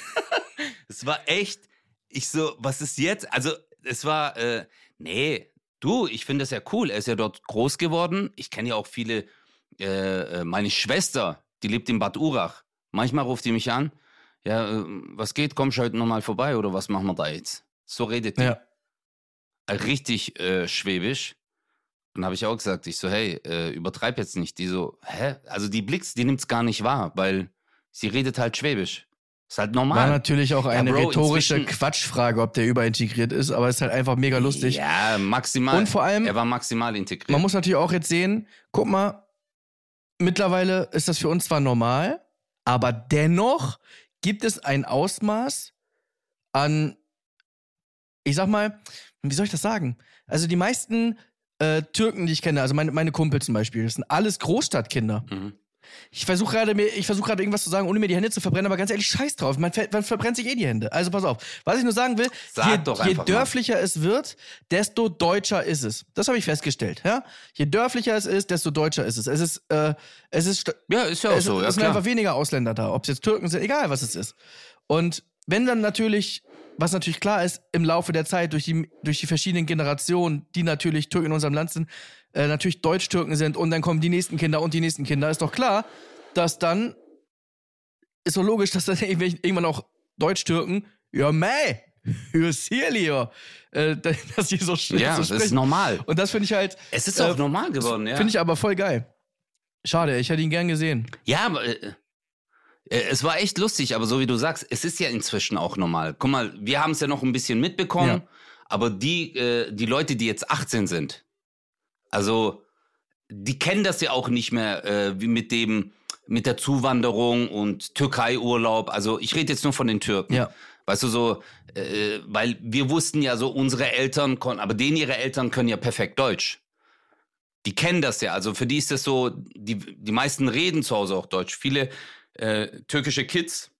A: Es war echt. Ich so, was ist jetzt? Also, es war, nee, du, ich finde das ja cool. Er ist ja dort groß geworden. Ich kenne ja auch viele, meine Schwester, die lebt in Bad Urach. Manchmal ruft die mich an. Ja, was geht? Kommst du heute nochmal vorbei oder was machen wir da jetzt? So redet die.
B: Ja.
A: Richtig schwäbisch. Und habe ich auch gesagt, ich so, hey, übertreib jetzt nicht. Die so, hä? Also die nimmt's gar nicht wahr, weil sie redet halt schwäbisch. Ist halt normal.
B: War natürlich auch eine
A: Bro,
B: rhetorische Quatschfrage, ob der überintegriert ist, aber ist halt einfach mega lustig.
A: Ja, maximal.
B: Und vor allem,
A: er war maximal integriert.
B: Man muss natürlich auch jetzt sehen, guck mal, mittlerweile ist das für uns zwar normal, aber dennoch gibt es ein Ausmaß an, ich sag mal, wie soll ich das sagen? Also die meisten Türken, die ich kenne, also meine Kumpel zum Beispiel, das sind alles Großstadtkinder.
A: Mhm.
B: Ich versuche gerade irgendwas zu sagen, ohne mir die Hände zu verbrennen, aber ganz ehrlich, scheiß drauf. Man verbrennt sich die Hände. Also pass auf. Was ich nur sagen will, je dörflicher es wird, desto deutscher ist es. Das habe ich festgestellt. Ja? Je dörflicher es ist, desto deutscher ist es. Es ist ja, ist ja auch so. Es sind einfach weniger Ausländer da. Ob es jetzt Türken sind, egal was es ist. Und wenn dann natürlich, was natürlich klar ist, im Laufe der Zeit durch die verschiedenen Generationen, die natürlich Türken in unserem Land sind, natürlich Deutsch-Türken sind und dann kommen die nächsten Kinder und die nächsten Kinder, ist doch klar, dass dann, ist so logisch, dass dann irgendwann auch Deutsch-Türken, ja mei, dass die so sprechen.
A: Ja, das ist normal.
B: Und das finde ich halt...
A: Es ist auch normal geworden, ja.
B: Finde ich aber voll geil. Schade, ich hätte ihn gern gesehen.
A: Ja, aber es war echt lustig, aber so wie du sagst, es ist ja inzwischen auch normal. Guck mal, wir haben es ja noch ein bisschen mitbekommen, aber die Leute, die jetzt 18 sind, also die kennen das ja auch nicht mehr wie mit der Zuwanderung und Türkei-Urlaub. Also ich rede jetzt nur von den Türken.
B: Ja.
A: Weißt du, so, weil wir wussten ja so, unsere Eltern aber ihre Eltern können ja perfekt Deutsch. Die kennen das ja, also für die ist das so, die meisten reden zu Hause auch Deutsch. Viele türkische Kids,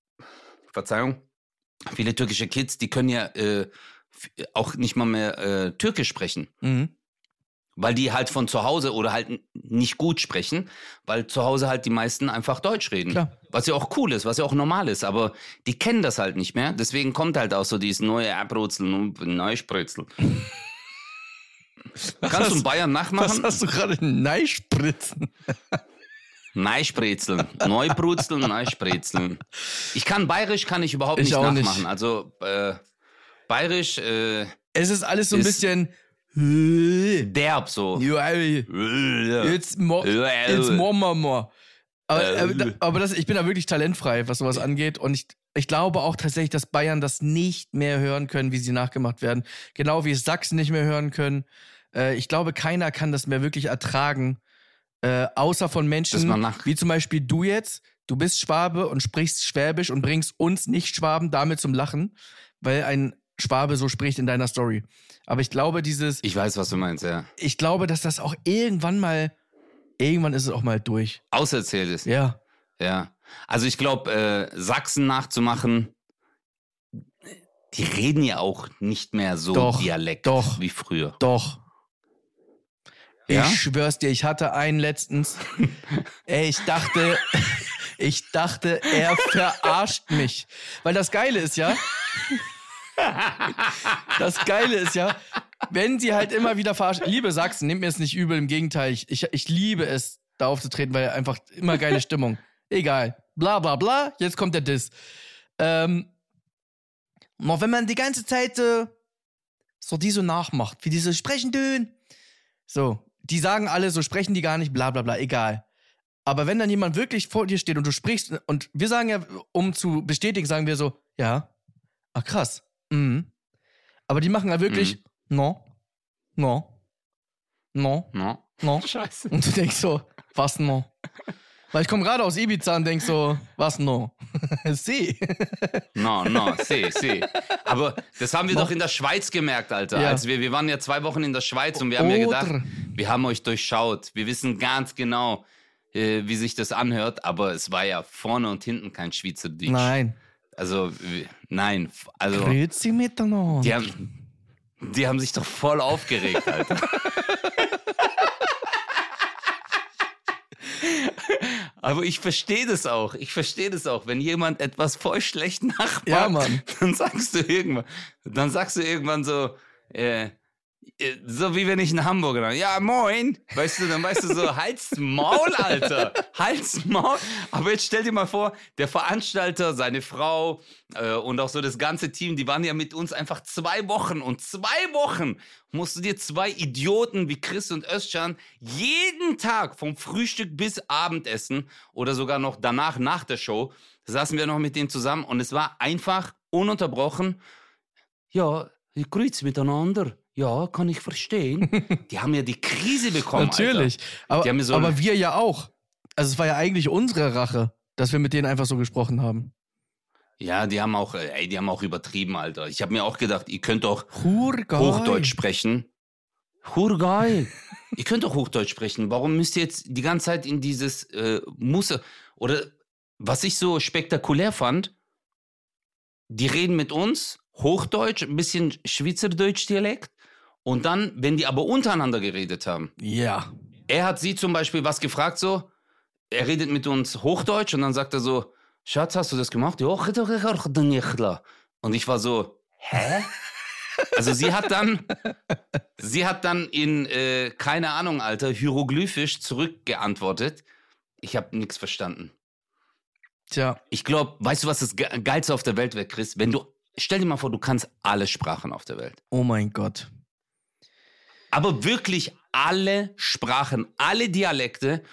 A: viele türkische Kids, die können ja auch nicht mal mehr Türkisch sprechen.
B: Mhm.
A: Weil die halt von zu Hause oder halt nicht gut sprechen, weil zu Hause halt die meisten einfach Deutsch reden.
B: Klar.
A: Was ja auch cool ist, was ja auch normal ist, aber die kennen das halt nicht mehr. Deswegen kommt halt auch so dieses neue Abrutzeln und Neuspritzel. Kannst du in Bayern nachmachen?
B: Was hast du gerade? Neispritzen?
A: Neisprezeln. Neubrutzeln, Neisprezeln. Bayerisch kann ich überhaupt nicht nachmachen. Nicht. Also Bayerisch
B: es ist alles so ein bisschen
A: derb so.
B: Jetzt Mama. Aber ich bin da wirklich talentfrei, was sowas angeht. Und ich glaube auch tatsächlich, dass Bayern das nicht mehr hören können, wie sie nachgemacht werden. Genau wie es Sachsen nicht mehr hören können. Ich glaube, keiner kann das mehr wirklich ertragen. Außer von Menschen, wie zum Beispiel du jetzt. Du bist Schwabe und sprichst Schwäbisch und bringst uns Nicht-Schwaben damit zum Lachen, weil ein Schwabe so spricht in deiner Story. Aber ich glaube,
A: ich weiß, was du meinst, ja.
B: Ich glaube, dass das auch irgendwann ist es auch mal durch.
A: Auserzählt ist.
B: Ja.
A: Ja. Also ich glaube, Sachsen nachzumachen, die reden ja auch nicht mehr so Dialekt wie früher.
B: Doch.
A: Ja?
B: Ich schwör's dir, ich hatte einen letztens. Ey, ich dachte, er verarscht mich. Weil das Geile ist ja, wenn sie halt immer wieder verarschen. Liebe Sachsen, nehmt mir es nicht übel, im Gegenteil. Ich liebe es, da aufzutreten, weil einfach immer geile Stimmung. Egal. Bla bla bla, jetzt kommt der Diss. Noch wenn man die ganze Zeit so die so nachmacht, wie diese sprechen dünn. So, die sagen alle, so sprechen die gar nicht, bla bla bla, egal. Aber wenn dann jemand wirklich vor dir steht und du sprichst, und wir sagen ja, um zu bestätigen, sagen wir so, ja, ach krass, Aber die machen ja wirklich, no.
A: Scheiße.
B: Und du denkst so, was no? Weil ich komme gerade aus Ibiza und denk so, was no? Si.
A: No, si. Aber das haben wir doch in der Schweiz gemerkt, Alter.
B: Ja.
A: Also wir waren ja 2 Wochen in der Schweiz und wir haben ja gedacht, wir haben euch durchschaut. Wir wissen ganz genau, wie sich das anhört, aber es war ja vorne und hinten kein Schweizerdeutsch.
B: Nein.
A: Also, nein. Also,
B: Grüezi miteinander.
A: Die haben sich doch voll aufgeregt, Alter. Aber ich verstehe das auch. Wenn jemand etwas voll schlecht nachmacht,
B: ja, Mann.
A: dann sagst du irgendwann so, So wie wenn ich in Hamburg bin. Ja, moin. Weißt du, dann weißt du so, halt's Maul, Alter. Halt's Maul. Aber jetzt stell dir mal vor, der Veranstalter, seine Frau und auch so das ganze Team, die waren ja mit uns einfach 2 Wochen. Und 2 Wochen musst du dir 2 Idioten wie Chris und Özcan jeden Tag vom Frühstück bis Abendessen oder sogar noch danach, nach der Show, saßen wir noch mit denen zusammen und es war einfach ununterbrochen. Ja, grüezi miteinander. Ja, kann ich verstehen. Die haben ja die Krise bekommen,
B: Natürlich.
A: Alter.
B: Aber wir ja auch. Also es war ja eigentlich unsere Rache, dass wir mit denen einfach so gesprochen haben.
A: Ja, die haben auch übertrieben, Alter. Ich habe mir auch gedacht, ihr könnt doch
B: Hurgeil.
A: Hochdeutsch sprechen. Hurgeil. Ihr könnt doch Hochdeutsch sprechen. Warum müsst ihr jetzt die ganze Zeit in dieses Musse... Oder was ich so spektakulär fand, die reden mit uns Hochdeutsch, ein bisschen Schweizerdeutsch-Dialekt. Und dann, wenn die aber untereinander geredet haben.
B: Ja.
A: Er hat sie zum Beispiel was gefragt, so. Er redet mit uns Hochdeutsch und dann sagt er so, Schatz, hast du das gemacht? Ja, und ich war so, hä? Also sie hat dann in, keine Ahnung, Alter, hieroglyphisch zurückgeantwortet. Ich habe nichts verstanden.
B: Tja.
A: Ich glaube, weißt du, was das Geilste auf der Welt wäre, Chris? Stell dir mal vor, du kannst alle Sprachen auf der Welt.
B: Oh mein Gott.
A: Aber wirklich alle Sprachen, alle Dialekte.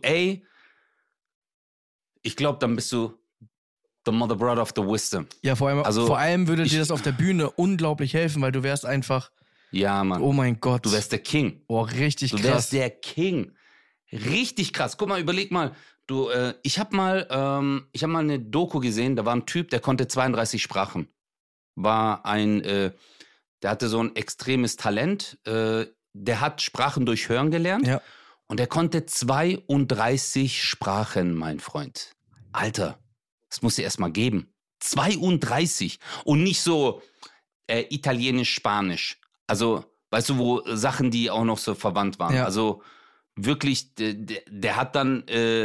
A: Ich glaube, dann bist du the mother brother of the wisdom.
B: Ja, vor allem würde dir das auf der Bühne unglaublich helfen, weil du wärst einfach...
A: Ja, Mann.
B: Oh mein Gott.
A: Du wärst der King.
B: Oh, richtig krass.
A: Du wärst der King. Richtig krass. Guck mal, überleg mal. Ich hab mal eine Doku gesehen, da war ein Typ, der konnte 32 Sprachen. Der hatte so ein extremes Talent. Der hat Sprachen durch Hören gelernt.
B: Ja.
A: Und er konnte 32 Sprachen, mein Freund. Alter, das muss dir erst mal geben. 32. Und nicht so Italienisch, Spanisch. Also, weißt du, wo Sachen, die auch noch so verwandt waren.
B: Ja.
A: Also, wirklich, der hat dann,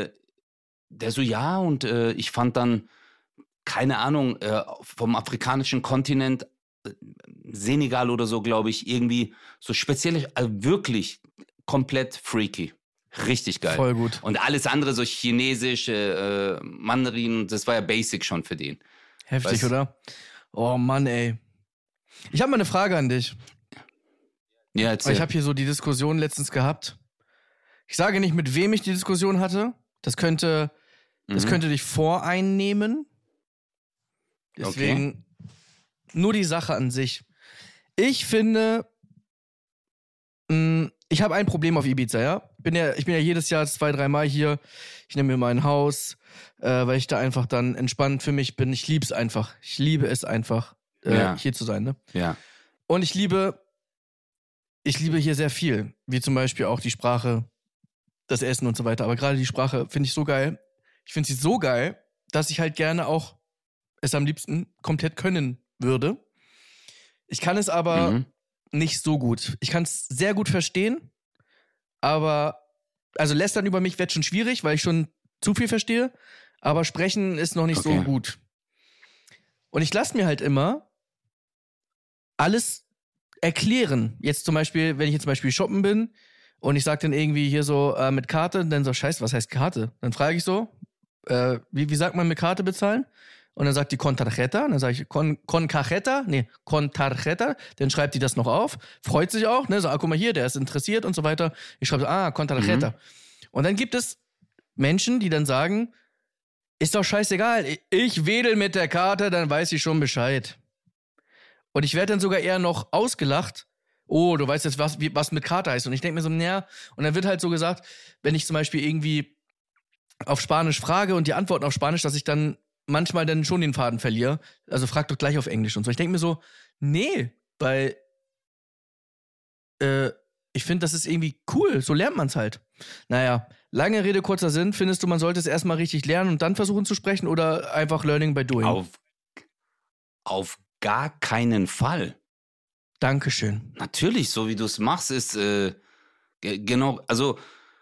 A: ich fand dann, keine Ahnung, vom afrikanischen Kontinent, Senegal oder so, glaube ich, irgendwie so speziell, wirklich komplett freaky. Richtig geil.
B: Voll gut.
A: Und alles andere, so Chinesisch, Mandarin, das war ja basic schon für den.
B: Heftig, oder? Oh Mann, ey. Ich habe mal eine Frage an dich.
A: Ja, erzähl.
B: Ich habe hier so die Diskussion letztens gehabt. Ich sage nicht, mit wem ich die Diskussion hatte. Das könnte dich voreinnehmen. Deswegen nur die Sache an sich. Ich finde, ich habe ein Problem auf Ibiza, ja? Ich bin ja jedes Jahr 2-3 Mal hier. Ich nehme mir mein Haus, weil ich da einfach dann entspannt für mich bin. Ich liebe es einfach. Ich liebe es einfach, hier zu sein, ne?
A: Ja.
B: Und ich liebe hier sehr viel. Wie zum Beispiel auch die Sprache, das Essen und so weiter. Aber gerade die Sprache finde ich so geil. Ich finde sie so geil, dass ich halt gerne auch es am liebsten komplett können würde. Ich kann es aber nicht so gut. Ich kann es sehr gut verstehen, aber also lästern über mich wird schon schwierig, weil ich schon zu viel verstehe, aber sprechen ist noch nicht so gut. Und ich lasse mir halt immer alles erklären. Jetzt zum Beispiel, wenn ich jetzt zum Beispiel shoppen bin und ich sage dann irgendwie hier so mit Karte, dann so, scheiße, was heißt Karte? Dann frage ich so, wie sagt man mit Karte bezahlen? Und dann sagt die con tarjeta, dann sage ich con tarjeta, dann schreibt die das noch auf, freut sich auch, ne, so, guck mal hier, der ist interessiert und so weiter. Ich schreibe so, con tarjeta. Und dann gibt es Menschen, die dann sagen, ist doch scheißegal, ich wedel mit der Karte, dann weiß ich schon Bescheid. Und ich werde dann sogar eher noch ausgelacht, oh, du weißt jetzt, was mit Karte heißt. Und ich denke mir so, naja, und dann wird halt so gesagt, wenn ich zum Beispiel irgendwie auf Spanisch frage und die antworten auf Spanisch, dass ich dann manchmal dann schon den Faden verliere. Also frag doch gleich auf Englisch und so. Ich denke mir so, nee, weil ich finde, das ist irgendwie cool. So lernt man es halt. Naja, lange Rede, kurzer Sinn. Findest du, man sollte es erstmal richtig lernen und dann versuchen zu sprechen oder einfach Learning by Doing?
A: Auf gar keinen Fall.
B: Dankeschön.
A: Natürlich, so wie du es machst, ist genau, also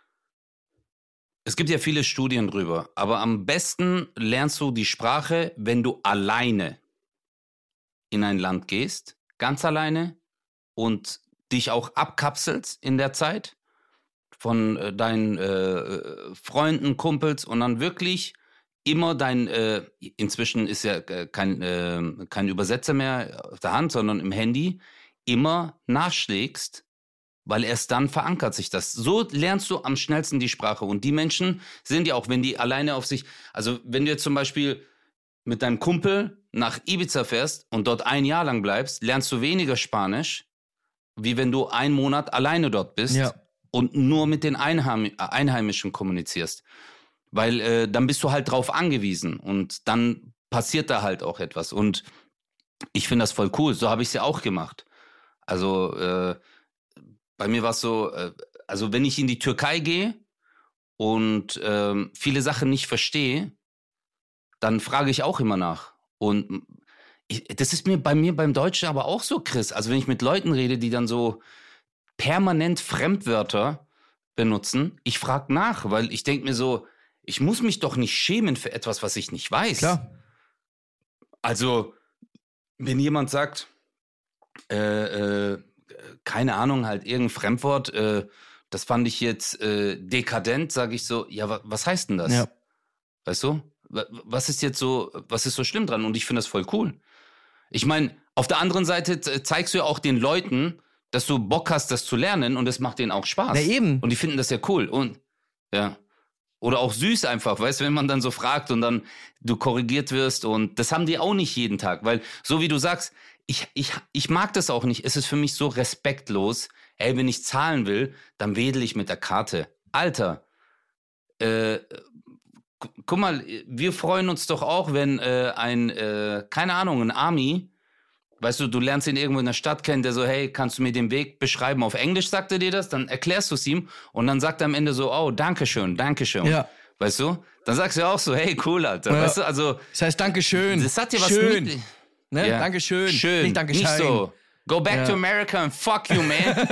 A: es gibt ja viele Studien drüber, aber am besten lernst du die Sprache, wenn du alleine in ein Land gehst, ganz alleine und dich auch abkapselst in der Zeit von deinen Freunden, Kumpels und dann wirklich immer inzwischen ist ja kein Übersetzer mehr auf der Hand, sondern im Handy, immer nachschlägst, weil erst dann verankert sich das. So lernst du am schnellsten die Sprache. Und die Menschen sind ja auch, wenn die alleine auf sich, also wenn du jetzt zum Beispiel mit deinem Kumpel nach Ibiza fährst und dort ein Jahr lang bleibst, lernst du weniger Spanisch, wie wenn du einen Monat alleine dort bist und nur mit den Einheimischen kommunizierst. Weil dann bist du halt drauf angewiesen und dann passiert da halt auch etwas. Und ich finde das voll cool. So habe ich es ja auch gemacht. Also bei mir war es so, also wenn ich in die Türkei gehe und viele Sachen nicht verstehe, dann frage ich auch immer nach. Und das ist bei mir beim Deutschen aber auch so, Chris. Also wenn ich mit Leuten rede, die dann so permanent Fremdwörter benutzen, ich frage nach, weil ich denke mir so, ich muss mich doch nicht schämen für etwas, was ich nicht weiß.
B: Klar.
A: Also, wenn jemand sagt, keine Ahnung, halt irgendein Fremdwort, das fand ich jetzt dekadent, sage ich so, ja, was heißt denn das?
B: Ja.
A: Weißt du? Was ist so schlimm dran? Und ich finde das voll cool. Ich meine, auf der anderen Seite zeigst du ja auch den Leuten, dass du Bock hast, das zu lernen und es macht denen auch Spaß.
B: Na eben.
A: Und die finden das ja cool. Und ja. Oder auch süß einfach, weißt du, wenn man dann so fragt und dann du korrigiert wirst und das haben die auch nicht jeden Tag, weil so wie du sagst, ich mag das auch nicht, es ist für mich so respektlos, ey, wenn ich zahlen will, dann wedel ich mit der Karte. Alter, guck mal, wir freuen uns doch auch, wenn keine Ahnung, ein Ami, weißt du lernst ihn irgendwo in der Stadt kennen, der so, hey, kannst du mir den Weg beschreiben? Auf Englisch sagt er dir das, dann erklärst du es ihm und dann sagt er am Ende so, oh, Dankeschön.
B: Ja.
A: Weißt du? Dann sagst du ja auch so, hey, cool, Alter.
B: Ja.
A: Weißt du, also.
B: Das heißt, Dankeschön.
A: Das hat dir was
B: schön.
A: Ne?
B: Ja. Dankeschön.
A: Schön.
B: Nicht Dankeschön.
A: Nicht so. Go back to America and fuck you, man.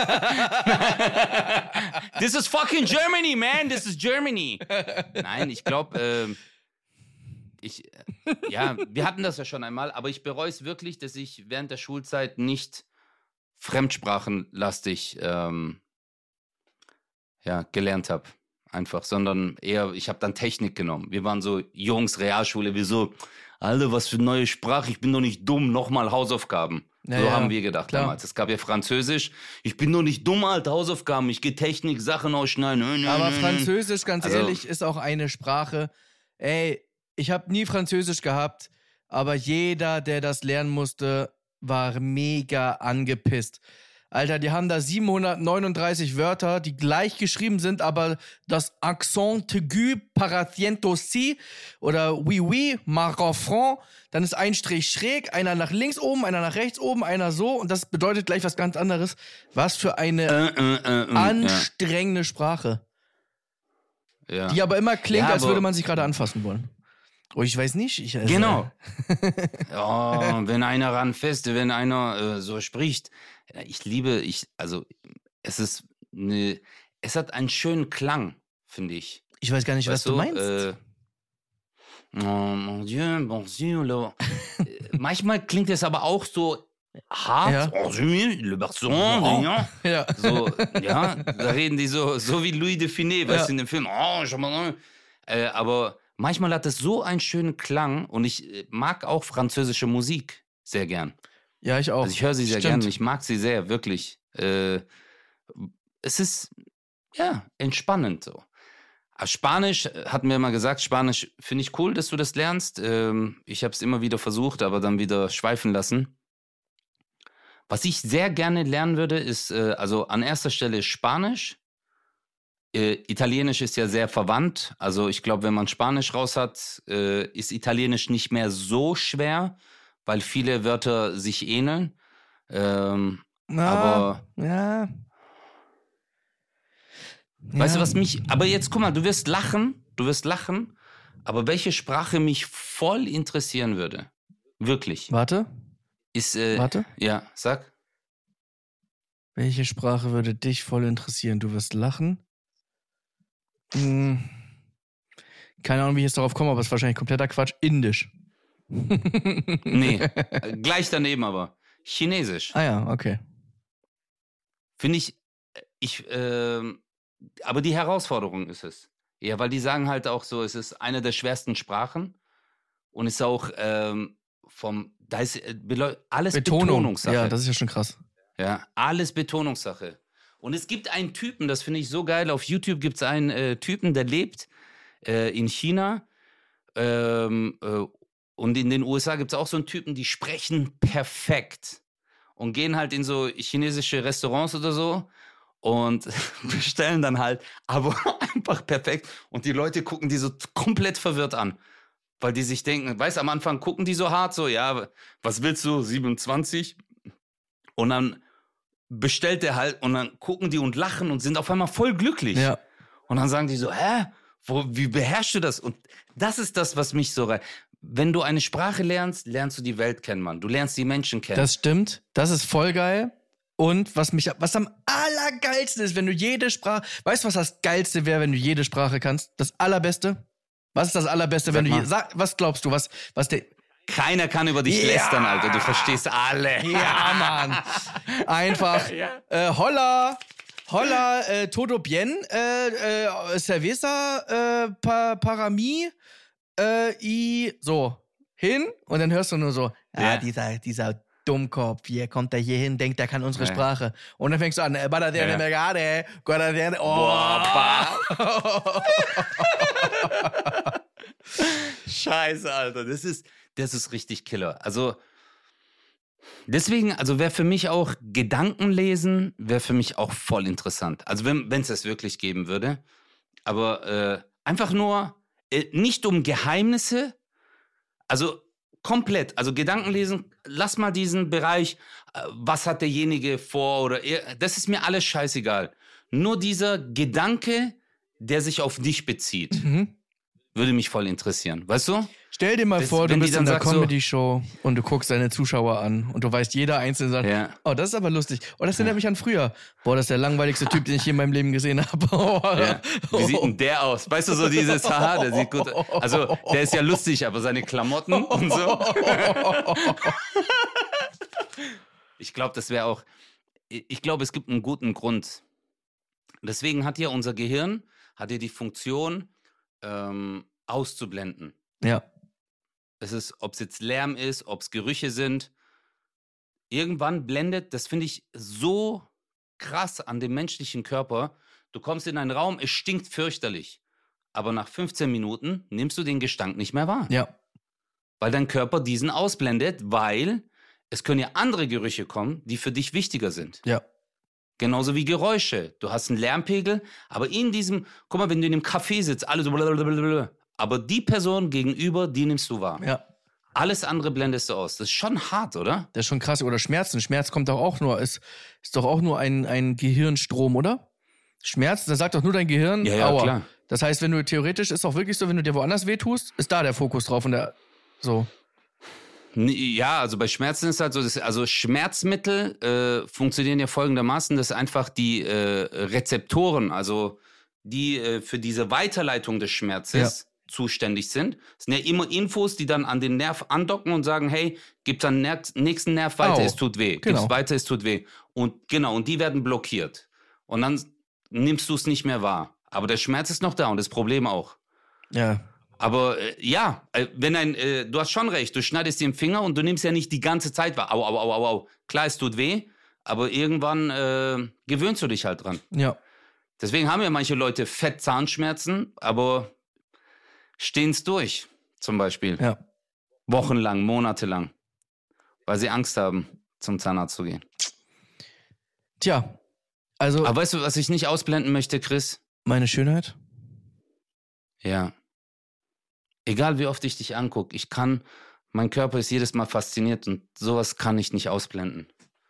A: This is fucking Germany, man. This is Germany. Nein, ich glaube, wir hatten das ja schon einmal, aber ich bereue es wirklich, dass ich während der Schulzeit nicht fremdsprachenlastig gelernt habe. Einfach, sondern eher, ich habe dann Technik genommen. Wir waren so Jungs, Realschule, wir so, Alter, was für eine neue Sprache, ich bin doch nicht dumm, nochmal Hausaufgaben. So haben wir gedacht damals. Es gab ja Französisch, ich bin doch nicht dumm, Alter, Hausaufgaben, ich gehe Technik, Sachen ausschneiden.
B: Aber Französisch, ganz ehrlich, ist auch eine Sprache, ey, ich habe nie Französisch gehabt, aber jeder, der das lernen musste, war mega angepisst. Alter, die haben da 739 Wörter, die gleich geschrieben sind, aber das Accent aigu, paratiento si oder oui oui, marrafran, dann ist ein Strich schräg, einer nach links oben, einer nach rechts oben, einer so und das bedeutet gleich was ganz anderes. Was für eine anstrengende Sprache. Ja. Die aber immer klingt, als würde man sich gerade anfassen wollen. Oh, ich weiß nicht.
A: Genau. Wenn einer ranfasst, wenn einer so spricht. Es hat einen schönen Klang, finde ich.
B: Ich weiß gar nicht, was du meinst.
A: Oh mon Dieu, bonjour. Manchmal klingt es aber auch so hart. Le Berson,
B: ja.
A: So, ja, da reden die so wie Louis de Funès, weißt du, in dem Film. Aber manchmal hat es so einen schönen Klang und ich mag auch französische Musik sehr gern.
B: Ja, ich auch.
A: Also ich höre sie sehr gern und ich mag sie sehr, wirklich. Es ist, entspannend so. Aber Spanisch, hatten wir mal gesagt, Spanisch finde ich cool, dass du das lernst. Ich habe es immer wieder versucht, aber dann wieder schweifen lassen. Was ich sehr gerne lernen würde, ist, also an erster Stelle Spanisch. Italienisch ist ja sehr verwandt. Also ich glaube, wenn man Spanisch raus hat, ist Italienisch nicht mehr so schwer, weil viele Wörter sich ähneln. Aber weißt du, was mich... Aber jetzt, guck mal, du wirst lachen, aber welche Sprache mich voll interessieren würde, wirklich,
B: Warte.
A: Warte? Ja, sag.
B: Welche Sprache würde dich voll interessieren? Du wirst lachen. Keine Ahnung, wie ich jetzt darauf komme, aber es ist wahrscheinlich kompletter Quatsch. Indisch.
A: Nee, gleich daneben aber. Chinesisch.
B: Ah ja, okay.
A: finde aber die Herausforderung ist es. Ja, weil die sagen halt auch so, es ist eine der schwersten Sprachen und ist auch da ist alles Betonungssache.
B: Ja, das ist ja schon krass.
A: Ja, alles Betonungssache. Und es gibt einen Typen, das finde ich so geil, auf YouTube gibt es einen Typen, der lebt in China und in den USA gibt es auch so einen Typen, die sprechen perfekt und gehen halt in so chinesische Restaurants oder so und bestellen dann halt, aber einfach perfekt. Und die Leute gucken die so komplett verwirrt an, weil die sich denken, weißt du, am Anfang gucken die so hart, so, ja, was willst du, 27? Und dann bestellt der halt und dann gucken die und lachen und sind auf einmal voll glücklich.
B: Ja.
A: Und dann sagen die so, wie beherrschst du das? Und das ist das, was mich so reizt. Wenn du eine Sprache lernst, lernst du die Welt kennen, Mann. Du lernst die Menschen kennen.
B: Das stimmt. Das ist voll geil. Und was am allergeilsten ist, wenn du jede Sprache, weißt du, was das Geilste wäre, wenn du jede Sprache kannst? Das Allerbeste? Was ist das Allerbeste, wenn du was glaubst du, was der...
A: Keiner kann über dich lästern, Alter. Du verstehst alle.
B: Ja, Mann. Einfach. Holla, todo bien, cerveza, para mí, so, hin. Und dann hörst du nur so, dieser Dummkopf, hier kommt der hier hin, denkt, der kann unsere Sprache. Und dann fängst du an,
A: Scheiße, Alter. Das ist richtig Killer. Also, deswegen, also wäre für mich auch Gedankenlesen, wäre für mich auch voll interessant. Also, wenn es das wirklich geben würde. Aber einfach nur, nicht um Geheimnisse, also komplett, also Gedankenlesen, lass mal diesen Bereich, was hat derjenige vor oder das ist mir alles scheißegal. Nur dieser Gedanke, der sich auf dich bezieht, würde mich voll interessieren. Weißt du?
B: Stell dir mal vor, du bist in einer Comedy-Show und du guckst deine Zuschauer an und du weißt, jeder Einzelne sagt, oh, das ist aber lustig. Oh, das erinnert mich an früher. Boah, das ist der langweiligste Typ, den ich je in meinem Leben gesehen habe.
A: Wie sieht denn der aus? Weißt du, so dieses, der sieht gut aus. Also, der ist ja lustig, aber seine Klamotten und so. Ich glaube, es gibt einen guten Grund. Deswegen hat ja unser Gehirn, die Funktion, auszublenden.
B: Ja.
A: Es ist, ob es jetzt Lärm ist, ob es Gerüche sind. Irgendwann blendet, das finde ich so krass an dem menschlichen Körper. Du kommst in einen Raum, es stinkt fürchterlich. Aber nach 15 Minuten nimmst du den Gestank nicht mehr wahr.
B: Ja.
A: Weil dein Körper diesen ausblendet, weil es können ja andere Gerüche kommen, die für dich wichtiger sind.
B: Ja.
A: Genauso wie Geräusche. Du hast einen Lärmpegel, aber in diesem, guck mal, wenn du in einem Café sitzt, alles so blablabla. Aber die Person gegenüber, die nimmst du wahr.
B: Ja.
A: Alles andere blendest du aus. Das ist schon hart, oder?
B: Das ist schon krass. Oder Schmerzen. Schmerz kommt doch auch nur, ist doch auch nur ein Gehirnstrom, oder? Schmerz, da sagt doch nur dein Gehirn, aua. Klar. Das heißt, wenn du theoretisch, ist auch wirklich so, wenn du dir woanders wehtust, ist da der Fokus drauf und so.
A: Ja, also bei Schmerzen ist halt so, also Schmerzmittel funktionieren ja folgendermaßen, dass einfach die Rezeptoren, also die für diese Weiterleitung des Schmerzes zuständig sind. Das sind ja immer Infos, die dann an den Nerv andocken und sagen, hey, gib dann nächsten Nerv weiter, es tut weh.
B: Genau.
A: Gib's weiter, es tut weh. Und die werden blockiert. Und dann nimmst du es nicht mehr wahr. Aber der Schmerz ist noch da und das Problem auch.
B: Ja.
A: Aber wenn du hast schon recht, du schneidest dir den Finger und du nimmst ja nicht die ganze Zeit wahr. Au, au, au, au, au. Klar, es tut weh, aber irgendwann gewöhnst du dich halt dran.
B: Ja.
A: Deswegen haben ja manche Leute Zahnschmerzen, aber stehen es durch, zum Beispiel.
B: Ja.
A: Wochenlang, monatelang. Weil sie Angst haben, zum Zahnarzt zu gehen.
B: Tja, also...
A: Aber weißt du, was ich nicht ausblenden möchte, Chris?
B: Meine Schönheit?
A: Ja. Egal wie oft ich dich angucke, mein Körper ist jedes Mal fasziniert und sowas kann ich nicht ausblenden.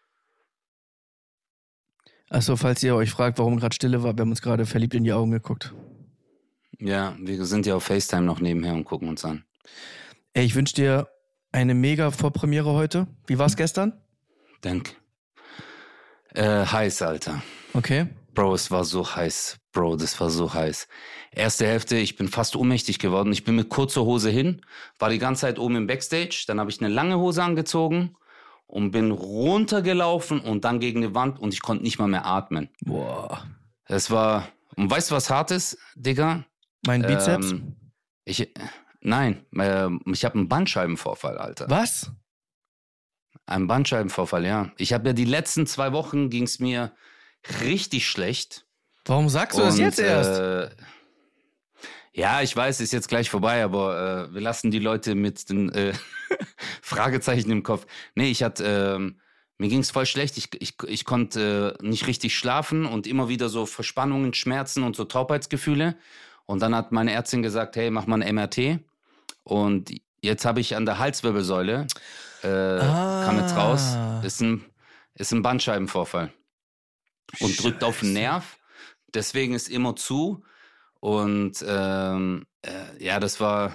B: Achso, falls ihr euch fragt, warum gerade Stille war, wir haben uns gerade verliebt in die Augen geguckt.
A: Ja, wir sind ja auf FaceTime noch nebenher und gucken uns an.
B: Ey, ich wünsche dir eine mega Vorpremiere heute. Wie war's gestern?
A: Danke. Heiß, Alter.
B: Okay.
A: Bro, es war so heiß. Bro, das war so heiß. Erste Hälfte, ich bin fast ohnmächtig geworden. Ich bin mit kurzer Hose hin, war die ganze Zeit oben im Backstage. Dann habe ich eine lange Hose angezogen und bin runtergelaufen und dann gegen die Wand und ich konnte nicht mal mehr atmen.
B: Boah.
A: Es war, und weißt du, was hart ist, Digga?
B: Mein Bizeps?
A: Ich habe einen Bandscheibenvorfall, Alter.
B: Was?
A: Ein Bandscheibenvorfall, ja. Ich habe ja die letzten 2 Wochen ging es mir richtig schlecht.
B: Warum sagst du das jetzt erst?
A: Ja, ich weiß, ist jetzt gleich vorbei, aber wir lassen die Leute mit den Fragezeichen im Kopf. Nee, mir ging es voll schlecht. Ich konnte nicht richtig schlafen und immer wieder so Verspannungen, Schmerzen und so Taubheitsgefühle. Und dann hat meine Ärztin gesagt, hey, mach mal ein MRT. Und jetzt habe ich an der Halswirbelsäule, kam jetzt raus, ist ein Bandscheibenvorfall. Und drückt auf den Nerv. Deswegen ist immer zu. Und ja, das war...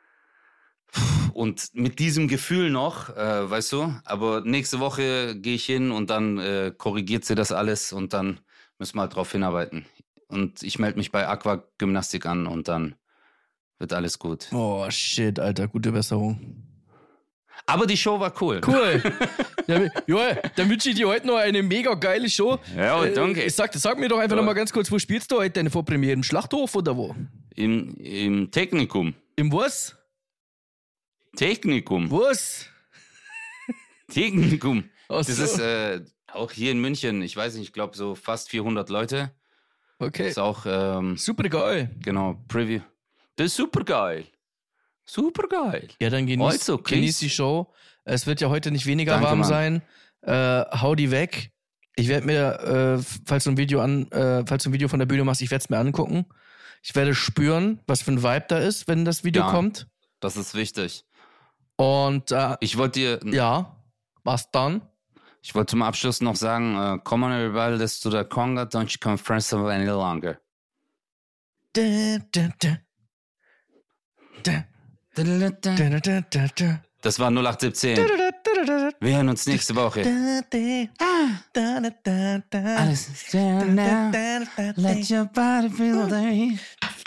A: Und mit diesem Gefühl noch, weißt du, aber nächste Woche gehe ich hin und dann korrigiert sie das alles und dann müssen wir halt drauf hinarbeiten. Und ich melde mich bei Aquagymnastik an und dann wird alles gut.
B: Oh, shit, Alter, gute Besserung.
A: Aber die Show war cool.
B: Cool. Ja, dann wünsche ich dir heute noch eine mega geile Show.
A: Ja, danke.
B: Sag mir doch einfach noch mal ganz kurz, wo spielst du heute deine Vorpremiere? Im Schlachthof oder wo?
A: Im Technikum.
B: Im was?
A: Technikum.
B: Was?
A: Technikum.
B: Ach
A: Das
B: so.
A: ist auch hier in München, ich weiß nicht, ich glaube so fast 400 Leute.
B: Okay.
A: Ist auch,
B: Super geil.
A: genau, Preview. Das ist super geil. Super geil.
B: Ja, dann genieß die Show. Es wird ja heute nicht weniger
A: Danke,
B: warm
A: Mann.
B: sein. Hau die weg. Ich werde mir, falls du ein Video von der Bühne machst, ich werde es mir angucken. Ich werde spüren, was für ein Vibe da ist, wenn das Video
A: Ja.
B: kommt.
A: Das ist wichtig.
B: Und
A: Ich wollte dir,
B: ja, was dann?
A: ich wollte zum Abschluss noch sagen, come on everybody, let's do the conga, don't you come friends any longer.
B: Da, da, da. Da, da, da, da, da, da.
A: Das war 0817. Wir hören uns nächste Woche. Alles ist down now. Let your body feel the heat.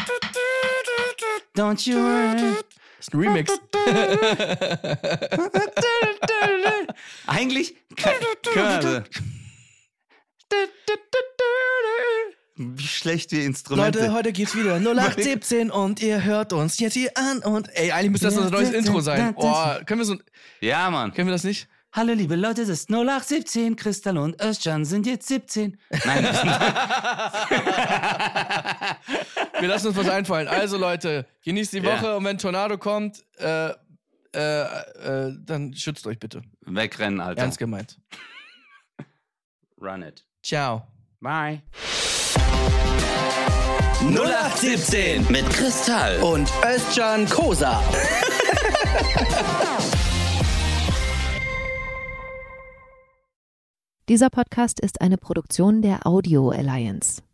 A: Don't you worry.
B: Das ist ein Remix.
A: Eigentlich können wie schlecht wir Instrumente.
B: Leute, heute geht's wieder 0817 und ihr hört uns jetzt hier an und ey, eigentlich müsste das unser neues Intro sein. Oh, können
A: Ja, Mann.
B: wir das nicht?
A: Hallo liebe Leute, das ist 0817. Kristall und Özcan sind jetzt 17. Nein,
B: Wir lassen uns was einfallen. Also Leute, genießt die Woche
A: Ja.
B: und wenn Tornado kommt, dann schützt euch bitte.
A: wegrennen, Alter.
B: Ernst gemeint.
A: Run it.
B: Ciao.
A: Bye.
C: 0817 mit Kristall.
B: Und Özcan Kosa.
D: Dieser Podcast ist eine Produktion der Audio Alliance.